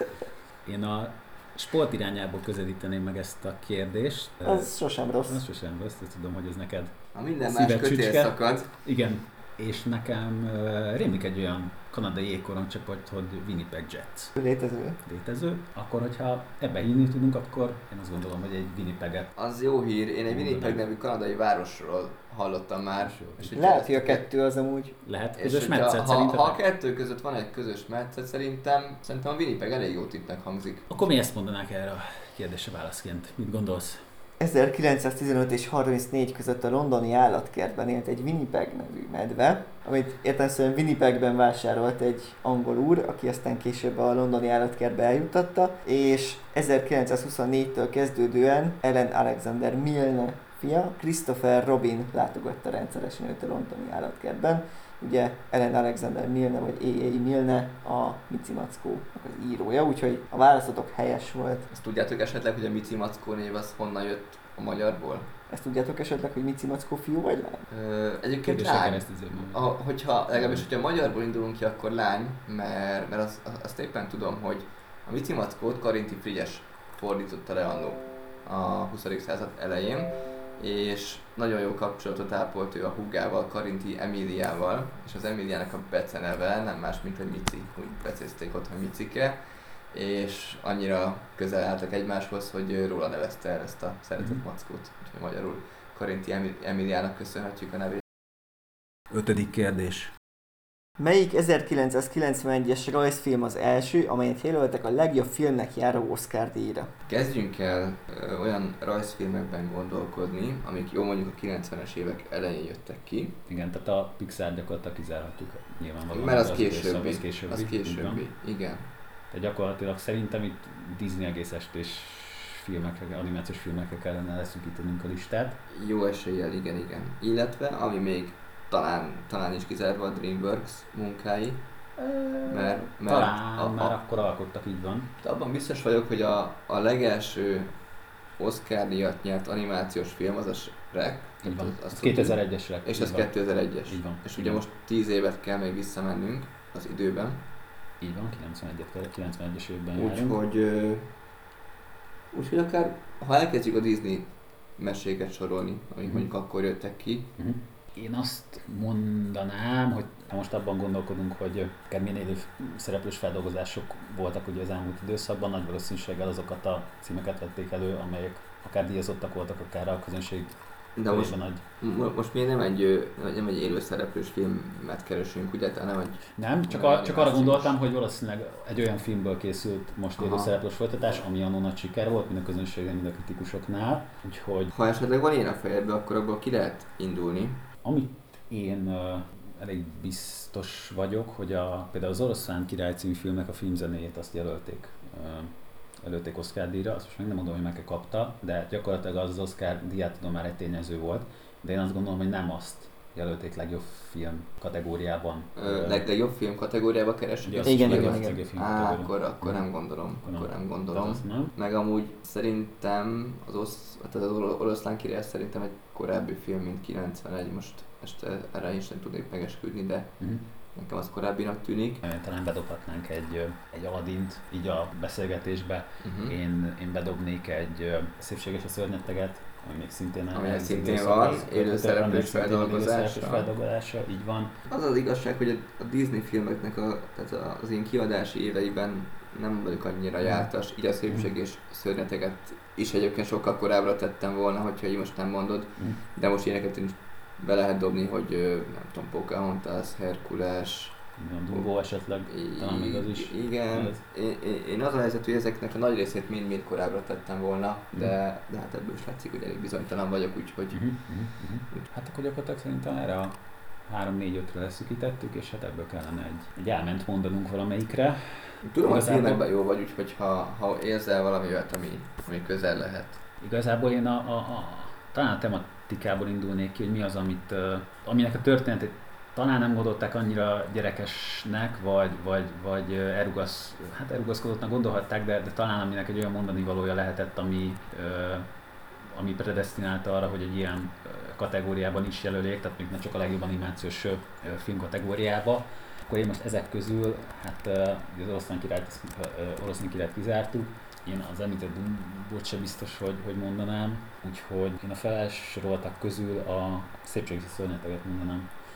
Én a sport irányából közelíteném meg ezt a kérdést. Az sosem rossz. Az sosem rossz, ezt tudom, hogy ez neked Ha minden Szíved más kötél csücske. szakad, igen, És nekem uh, rémlik egy olyan kanadai jégkorongcsapat, hogy Winnipeg Jets. Létező. Létező. Akkor, hogyha ebbe hinni tudunk, akkor én azt gondolom, hogy egy Winnipeget. Az jó hír, én egy Winnipeg nevű kanadai városról hallottam már. És lehet, hogy a kettő az amúgy. Lehet és közös hogyha, meccet ha, szerintetek? ha a kettő között van egy közös meccet, szerintem, szerintem a Winnipeg elég jó tippnek hangzik. Akkor mi ezt mondanák erre a kérdésre válaszként? Mit gondolsz? ezerkilencszáztizenöt és harmincnégy között a londoni állatkertben élt egy Winnipeg nevű medve, amit értelemszerűen Winnipegben vásárolt egy angol úr, aki aztán később a londoni állatkertbe eljuttatta, és ezerkilencszázhuszonnégytől kezdődően Ellen Alexander Milne fia, Christopher Robin látogatta rendszeresen őt a londoni állatkertben. Ugye Ellen Alexander Milne vagy á á. Milne a Mici Mackónak az írója, úgyhogy a válaszotok helyes volt. Ezt tudjátok esetleg, hogy a Mici Mackó név az honnan jött a magyarból? Ezt tudjátok esetleg, hogy Mici Mackó fiú vagy lány? Ö, egyébként Kérdésre lány. keresztezőben. A, hogyha, legalábbis, hogyha magyarból indulunk ki, akkor lány, mert, mert azt, azt éppen tudom, hogy a Mici Mackót Karinti Frigyes fordította le annó a huszadik század elején, és nagyon jó kapcsolatot ápolt ő a húgával, Karinti Emíliával, és az Emíliának a beceneve nem más, mint hogy Mici, úgy becézték ott, hogy Micike, és annyira közel álltak egymáshoz, hogy róla nevezte el ezt a szeretett Mhm. mackót, úgyhogy magyarul Karinti Emíliának köszönhetjük a nevét. Ötödik kérdés. Melyik ezerkilencszázkilencvenegyes rajzfilm az első, amelyet jelöltek a legjobb filmnek járó Oscar díjra? Kezdjünk el ö, olyan rajzfilmekben gondolkodni, amik jó mondjuk a kilencvenes évek elején jöttek ki. Igen, tehát a Pixar gyakorlatilag kizárhatjuk nyilvánvalóan. Mert az az későbbi, időszak, az későbbi. az így későbbi, van. igen. Tehát gyakorlatilag szerintem itt Disney egész estés filmekre, animációs filmekre kellene leszűkítenünk a listát. Jó eséllyel, igen, igen. Illetve, ami még talán, talán is kizárva a DreamWorks munkái, mert, mert Talán a, már a, akkor alkottak, így van. abban biztos vagyok, hogy a, a legelső Oscar díjat nyert animációs film az a Shrek. Így van. Az, Az kétezer-egyesre. és az kétezer-egyes. Így van. És ugye most tíz évet kell még visszamennünk az időben. Így van, kilencvenegyet, kilencvenegyes évben járunk. Úgyhogy, ö, úgyhogy akár, ha elkezdjük a Disney meséket sorolni, amik Mhm. mondjuk akkor jöttek ki, Uh-huh. Én azt mondanám, hogy ha most abban gondolkodunk, hogy akár milyen élő szereplős feldolgozások voltak ugye az elmúlt időszakban, nagy valószínűséggel azokat a címeket vették elő, amelyek akár díjazottak voltak, akár a közönség de most, körében nagy. mo- most mi nem egy, ö, nem egy élő szereplős filmet keresünk, ugye? Tehát nem egy... Nem, csak, Nem, a, csak arra animációs. gondoltam, hogy valószínűleg egy olyan filmből készült most élő Aha. szereplős folytatás, ami annó nagy siker volt, mind a közönségen, mind a kritikusoknál. Úgyhogy Ha esetleg van ilyen a fejedben, akkor abból ki lehet indulni. amit én uh, elég biztos vagyok, hogy a, például az Oroszlán király című filmnek a filmzenéjét azt jelölték, uh, jelölték Oscar díjra, azt most meg nem mondom, hogy meg kapta, de gyakorlatilag az az Oscar díját tudom már egy tényező volt, de én azt gondolom, hogy nem azt jelölték legjobb film kategóriában. Ö, leg, legjobb film kategóriába keresünk. Ugye azt azt Igen, is igen, legjobb- igen. legjobb film Á, kategória. akkor, akkor nem gondolom. Akkor nem. Akkor nem Tehát gondolom. azt nem. Meg amúgy szerintem az, osz, tehát az Or- Oroszlán király szerintem egy korábbi film, mint kilencvenegy, most este erre én sem tudnék megesküdni, de Uh-huh. nekem az korábbinak tűnik. Talán bedobhatnánk egy, egy Aladdint így a beszélgetésbe. Uh-huh. Én, én bedobnék egy ö, Szépséges a szörnyeteget, ami még szintén Ami ez szintén időszak- van, ez- élő ami szereplős szintén élő feldolgozása. szereplős feldolgozása, így van. Az az igazság, hogy a, a Disney filmeknek a, tehát az én kiadási éveiben nem vagyok annyira jártas, így a Szépség és szörnyeteket is egyébként sokkal korábbra tettem volna, hogyha így most nem mondod, Mm. de most ilyeneket is be lehet dobni, hogy ö, nem tudom, Pocahontas, Herkules, Így van, Dumbo esetleg, talán még az is. igen, Ez. én, én, én az a helyzet, hogy ezeknek a nagy részét mind-mind korábbra tettem volna, de, de hát ebből is látszik, hogy elég bizonytalan vagyok, úgyhogy Uh-huh, uh-huh, uh-huh. Hát akkor gyakorlatilag szerintem erre a három négy ötre leszűkítettük, és hát ebből kellene egy, egy elment mondanunk valamelyikre. tudom, hogy Igazából- filmekben jó vagy, úgyhogy ha, ha érzel valamivel, ami, ami közel lehet. Igazából én a, a, a, talán a tematikából indulnék ki, hogy mi az, amit, uh, aminek a történetét talán nem gondolták annyira gyerekesnek, vagy, vagy, vagy uh, elrugasz, hát elrugaszkodottnak gondolhatták, de, de talán aminek egy olyan mondani valója lehetett, ami, uh, ami predesztinálta arra, hogy egy ilyen uh, kategóriában is jelöljék, tehát még ne csak a legjobb animációs uh, film kategóriába. Akkor én most ezek közül, hát uh, az oroszlán királyt, uh, oroszlán királyt kizártuk, én az említett Dumbót sem biztos, hogy, hogy mondanám, úgyhogy én a felsoroltak közül a Szépség és szörnyeteget mondanám.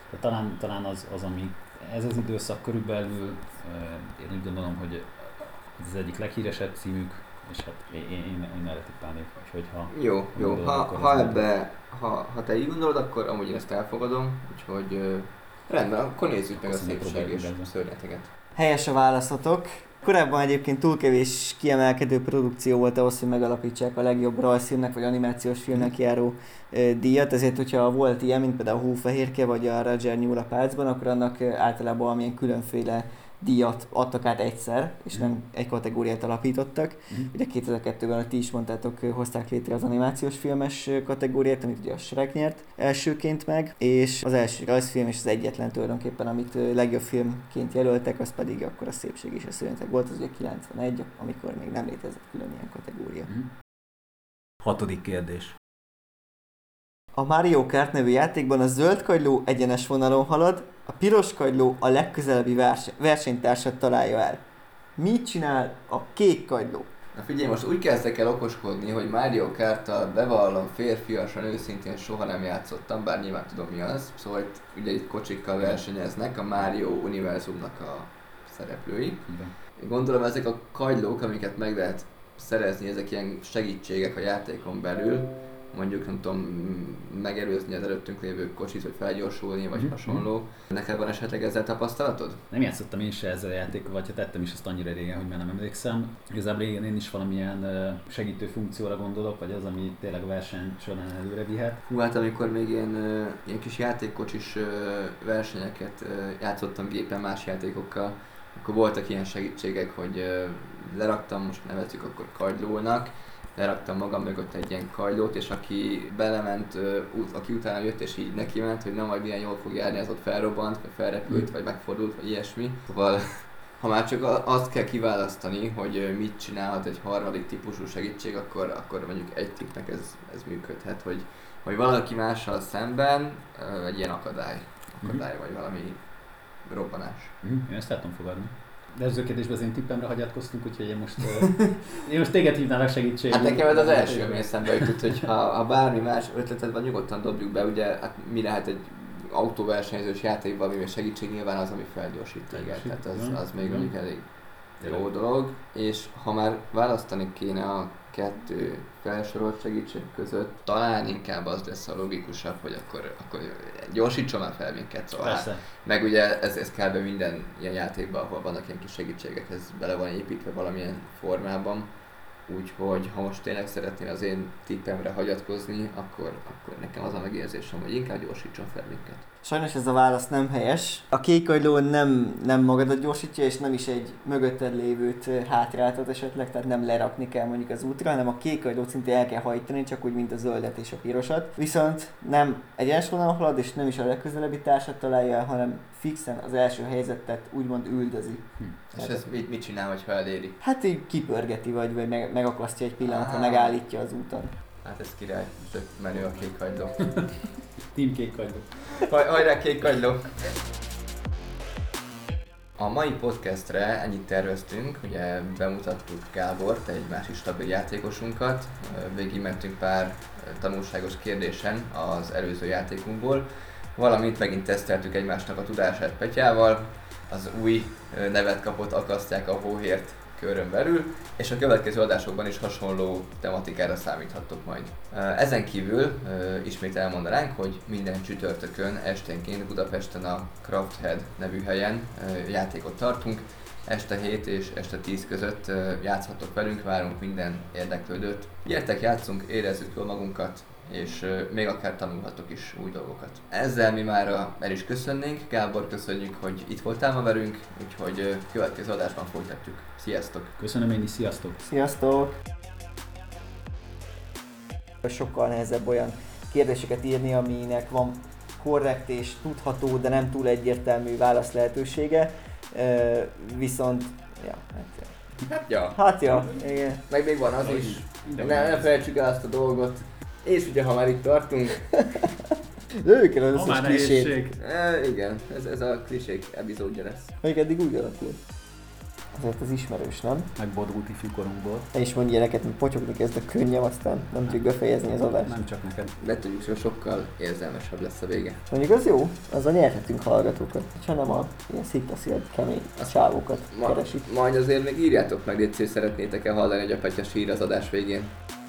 De talán, talán az, az, ami ez az időszak körülbelül, én úgy gondolom, hogy ez az egyik leghíresebb címük, és hát én, én, én, én erre tippálnék, úgyhogy ha... Jó, jó, gondolod, ha, ha ebbe, ha, ha te így gondolod, akkor amúgy én ezt elfogadom, úgyhogy uh, rendben, akkor nézzük meg a szépség és szörnyeteket. Helyes a válaszotok. Korábban egyébként túl kevés kiemelkedő produkció volt ahhoz, hogy megalapítsák a legjobb rajzfilmnek vagy animációs filmnek járó e, díjat, ezért hogyha volt ilyen, mint például a Hófehérke vagy a Roger Nyúl a Pálcban, akkor annak általában valamilyen különféle díjat adtak át egyszer, és nem egy kategóriát alapítottak. Mm. Ugye kétezer-kettőben, ahogy ti is mondtátok, hozták létre az animációs filmes kategóriát, amit ugye a Shrek nyert elsőként meg, és az első rajzfilm és az egyetlen tulajdonképpen, amit legjobb filmként jelöltek, az pedig akkor a Szépség és a szörnyeteg volt, az ugye kilencvenegy, amikor még nem létezett külön ilyen kategória. Mm. Hatodik kérdés. A Mario Kart nevű játékban a zöld kagyló egyenes vonalon halad, a piros kagyló a legközelebbi vers- versenytársat találja el. Mit csinál a kék kagyló? Na figyelj, most úgy kezdtek el okoskodni, hogy Mario Karttal bevallom férfiasan őszintén soha nem játszottam, bár nyilván tudom mi az. Szóval itt, ugye itt kocsikkal versenyeznek a Mario univerzumnak a szereplői. Gondolom ezek a kagylók, amiket meg lehet szerezni, ezek ilyen segítségek a játékon belül. Mondjuk nem tudom, megelőzni az előttünk lévő kocsit, vagy felgyorsulni, vagy mm-hmm. hasonló. Neked van esetleg ezzel tapasztalatod? Nem játszottam én se ezzel a játékkal, vagy ha tettem is azt annyira régen, hogy már nem emlékszem. Igazából régen én is valamilyen segítő funkcióra gondolok, vagy az, ami tényleg a verseny során előre vihet. Hú, hát amikor még ilyen, ilyen kis játékkocsis versenyeket játszottam gépen más játékokkal, akkor voltak ilyen segítségek, hogy leraktam, most nevezzük akkor kagylónak, leraktam magam mögött egy ilyen kagylót, és aki belement, aki utána jött és így neki ment, hogy nem majd milyen jól fog járni, az ott felrobbant, vagy felrepült, vagy megfordult, vagy ilyesmi. Szóval, ha már csak azt kell kiválasztani, hogy mit csinálhat egy harmadik típusú segítség, akkor, akkor mondjuk egy tippnek ez, ez működhet, hogy, hogy valaki mással szemben egy ilyen akadály, akadály mm-hmm. vagy valami robbanás. Mm-hmm. Én ezt el tudom fogadni. De az kérdésben az én tippemre hagyatkoztunk, úgyhogy én most, uh, én most téged hívnálak segítségül. Hát nekem ez az első, ami eszembe jutott, hogy ha, ha bármi más ötleted van, nyugodtan dobjuk be, ugye hát mi lehet egy autóversenyzős játékban, ami segítség nyilván az, ami felgyorsít téged, tehát az, az még mondjuk elég jó dolog. És ha már választani kéne a kettő felsorolt segítség között, talán inkább az lesz a logikusabb, hogy akkor, akkor gyorsítson már fel minket, szóval. Persze. Meg ugye ez, ez kb. Minden ilyen játékban, ahol vannak ilyen kis segítségek, ez bele van építve valamilyen formában. Úgyhogy ha most tényleg szeretnél az én tippemre hagyatkozni, akkor, akkor nekem az a megérzésem, hogy inkább gyorsítson fel minket. Sajnos ez a válasz nem helyes. A kék kagyló nem, nem magadat gyorsítja, és nem is egy mögötted lévőt hátráltat esetleg, tehát nem lerakni kell mondjuk az útra, hanem a kék kagylót szintén el kell hajtani, csak úgy, mint a zöldet és a pirosat. Viszont nem egyenes vonalon halad, és nem is a legközelebbi társat találja el, hanem fixen az első helyzetet úgymond üldözi. Hm. És ez mit, mit csinál, hogyha eléri? Hát így kipörgeti, vagy, vagy meg, megakasztja egy pillanatra, megállítja az úton. Hát ez király, tök menő a kék kagyló. Team kék kagyló. Haj, hajrá kék kagyló! A mai podcastre ennyit terveztünk, ugye bemutattuk Gábort, egy másik stabil játékosunkat, végigmentünk pár tanulságos kérdésen az előző játékunkból, valamint megint teszteltük egymásnak a tudását Petyával, az új nevet kapott Akasztják a hóhért körön belül, és a következő adásokban is hasonló tematikára számíthattok majd. Ezen kívül ismét elmondanánk, hogy minden csütörtökön esténként Budapesten a Crafthead nevű helyen játékot tartunk. Este hét és este tíz között játszhatok velünk, várunk minden érdeklődőt. Gyertek, játszunk, érezzük jól magunkat, és még akár tanulhatok is új dolgokat. Ezzel mi már el is köszönnénk. Gábor, köszönjük, hogy itt voltál ma velünk, úgyhogy következő adásban folytatjuk. Sziasztok! Köszönöm én is, sziasztok! Sziasztok! Sokkal nehezebb olyan kérdéseket írni, aminek van korrekt és tudható, de nem túl egyértelmű válasz lehetősége. Viszont, ja, hát... Hát ja. Hát ja, igen. Meg még van az is. Ne, ne felejtsük el azt a dolgot. És ugye, ha már itt tartunk... Lőjük el az összes klisét. E, igen, ez, ez a klisék epizódja lesz. Még eddig úgy alakult. azért az ismerős, nem? Megboldogult ifjúkorunkból. És mondja neked, hogy potyogni kezd a könnyem, aztán nem tudjuk befejezni az adást. Nem csak neked. De tudjuk, hogy sokkal érzelmesebb lesz a vége. És mondjuk az jó, azzal nyerhetünk hallgatókat, ha nem a ilyen sziklaszél kemény csávokat Ma, keresik. majd azért még írjátok meg, légy szíves, szeretnétek-e hallani, hogy a Petya sír az adás végén.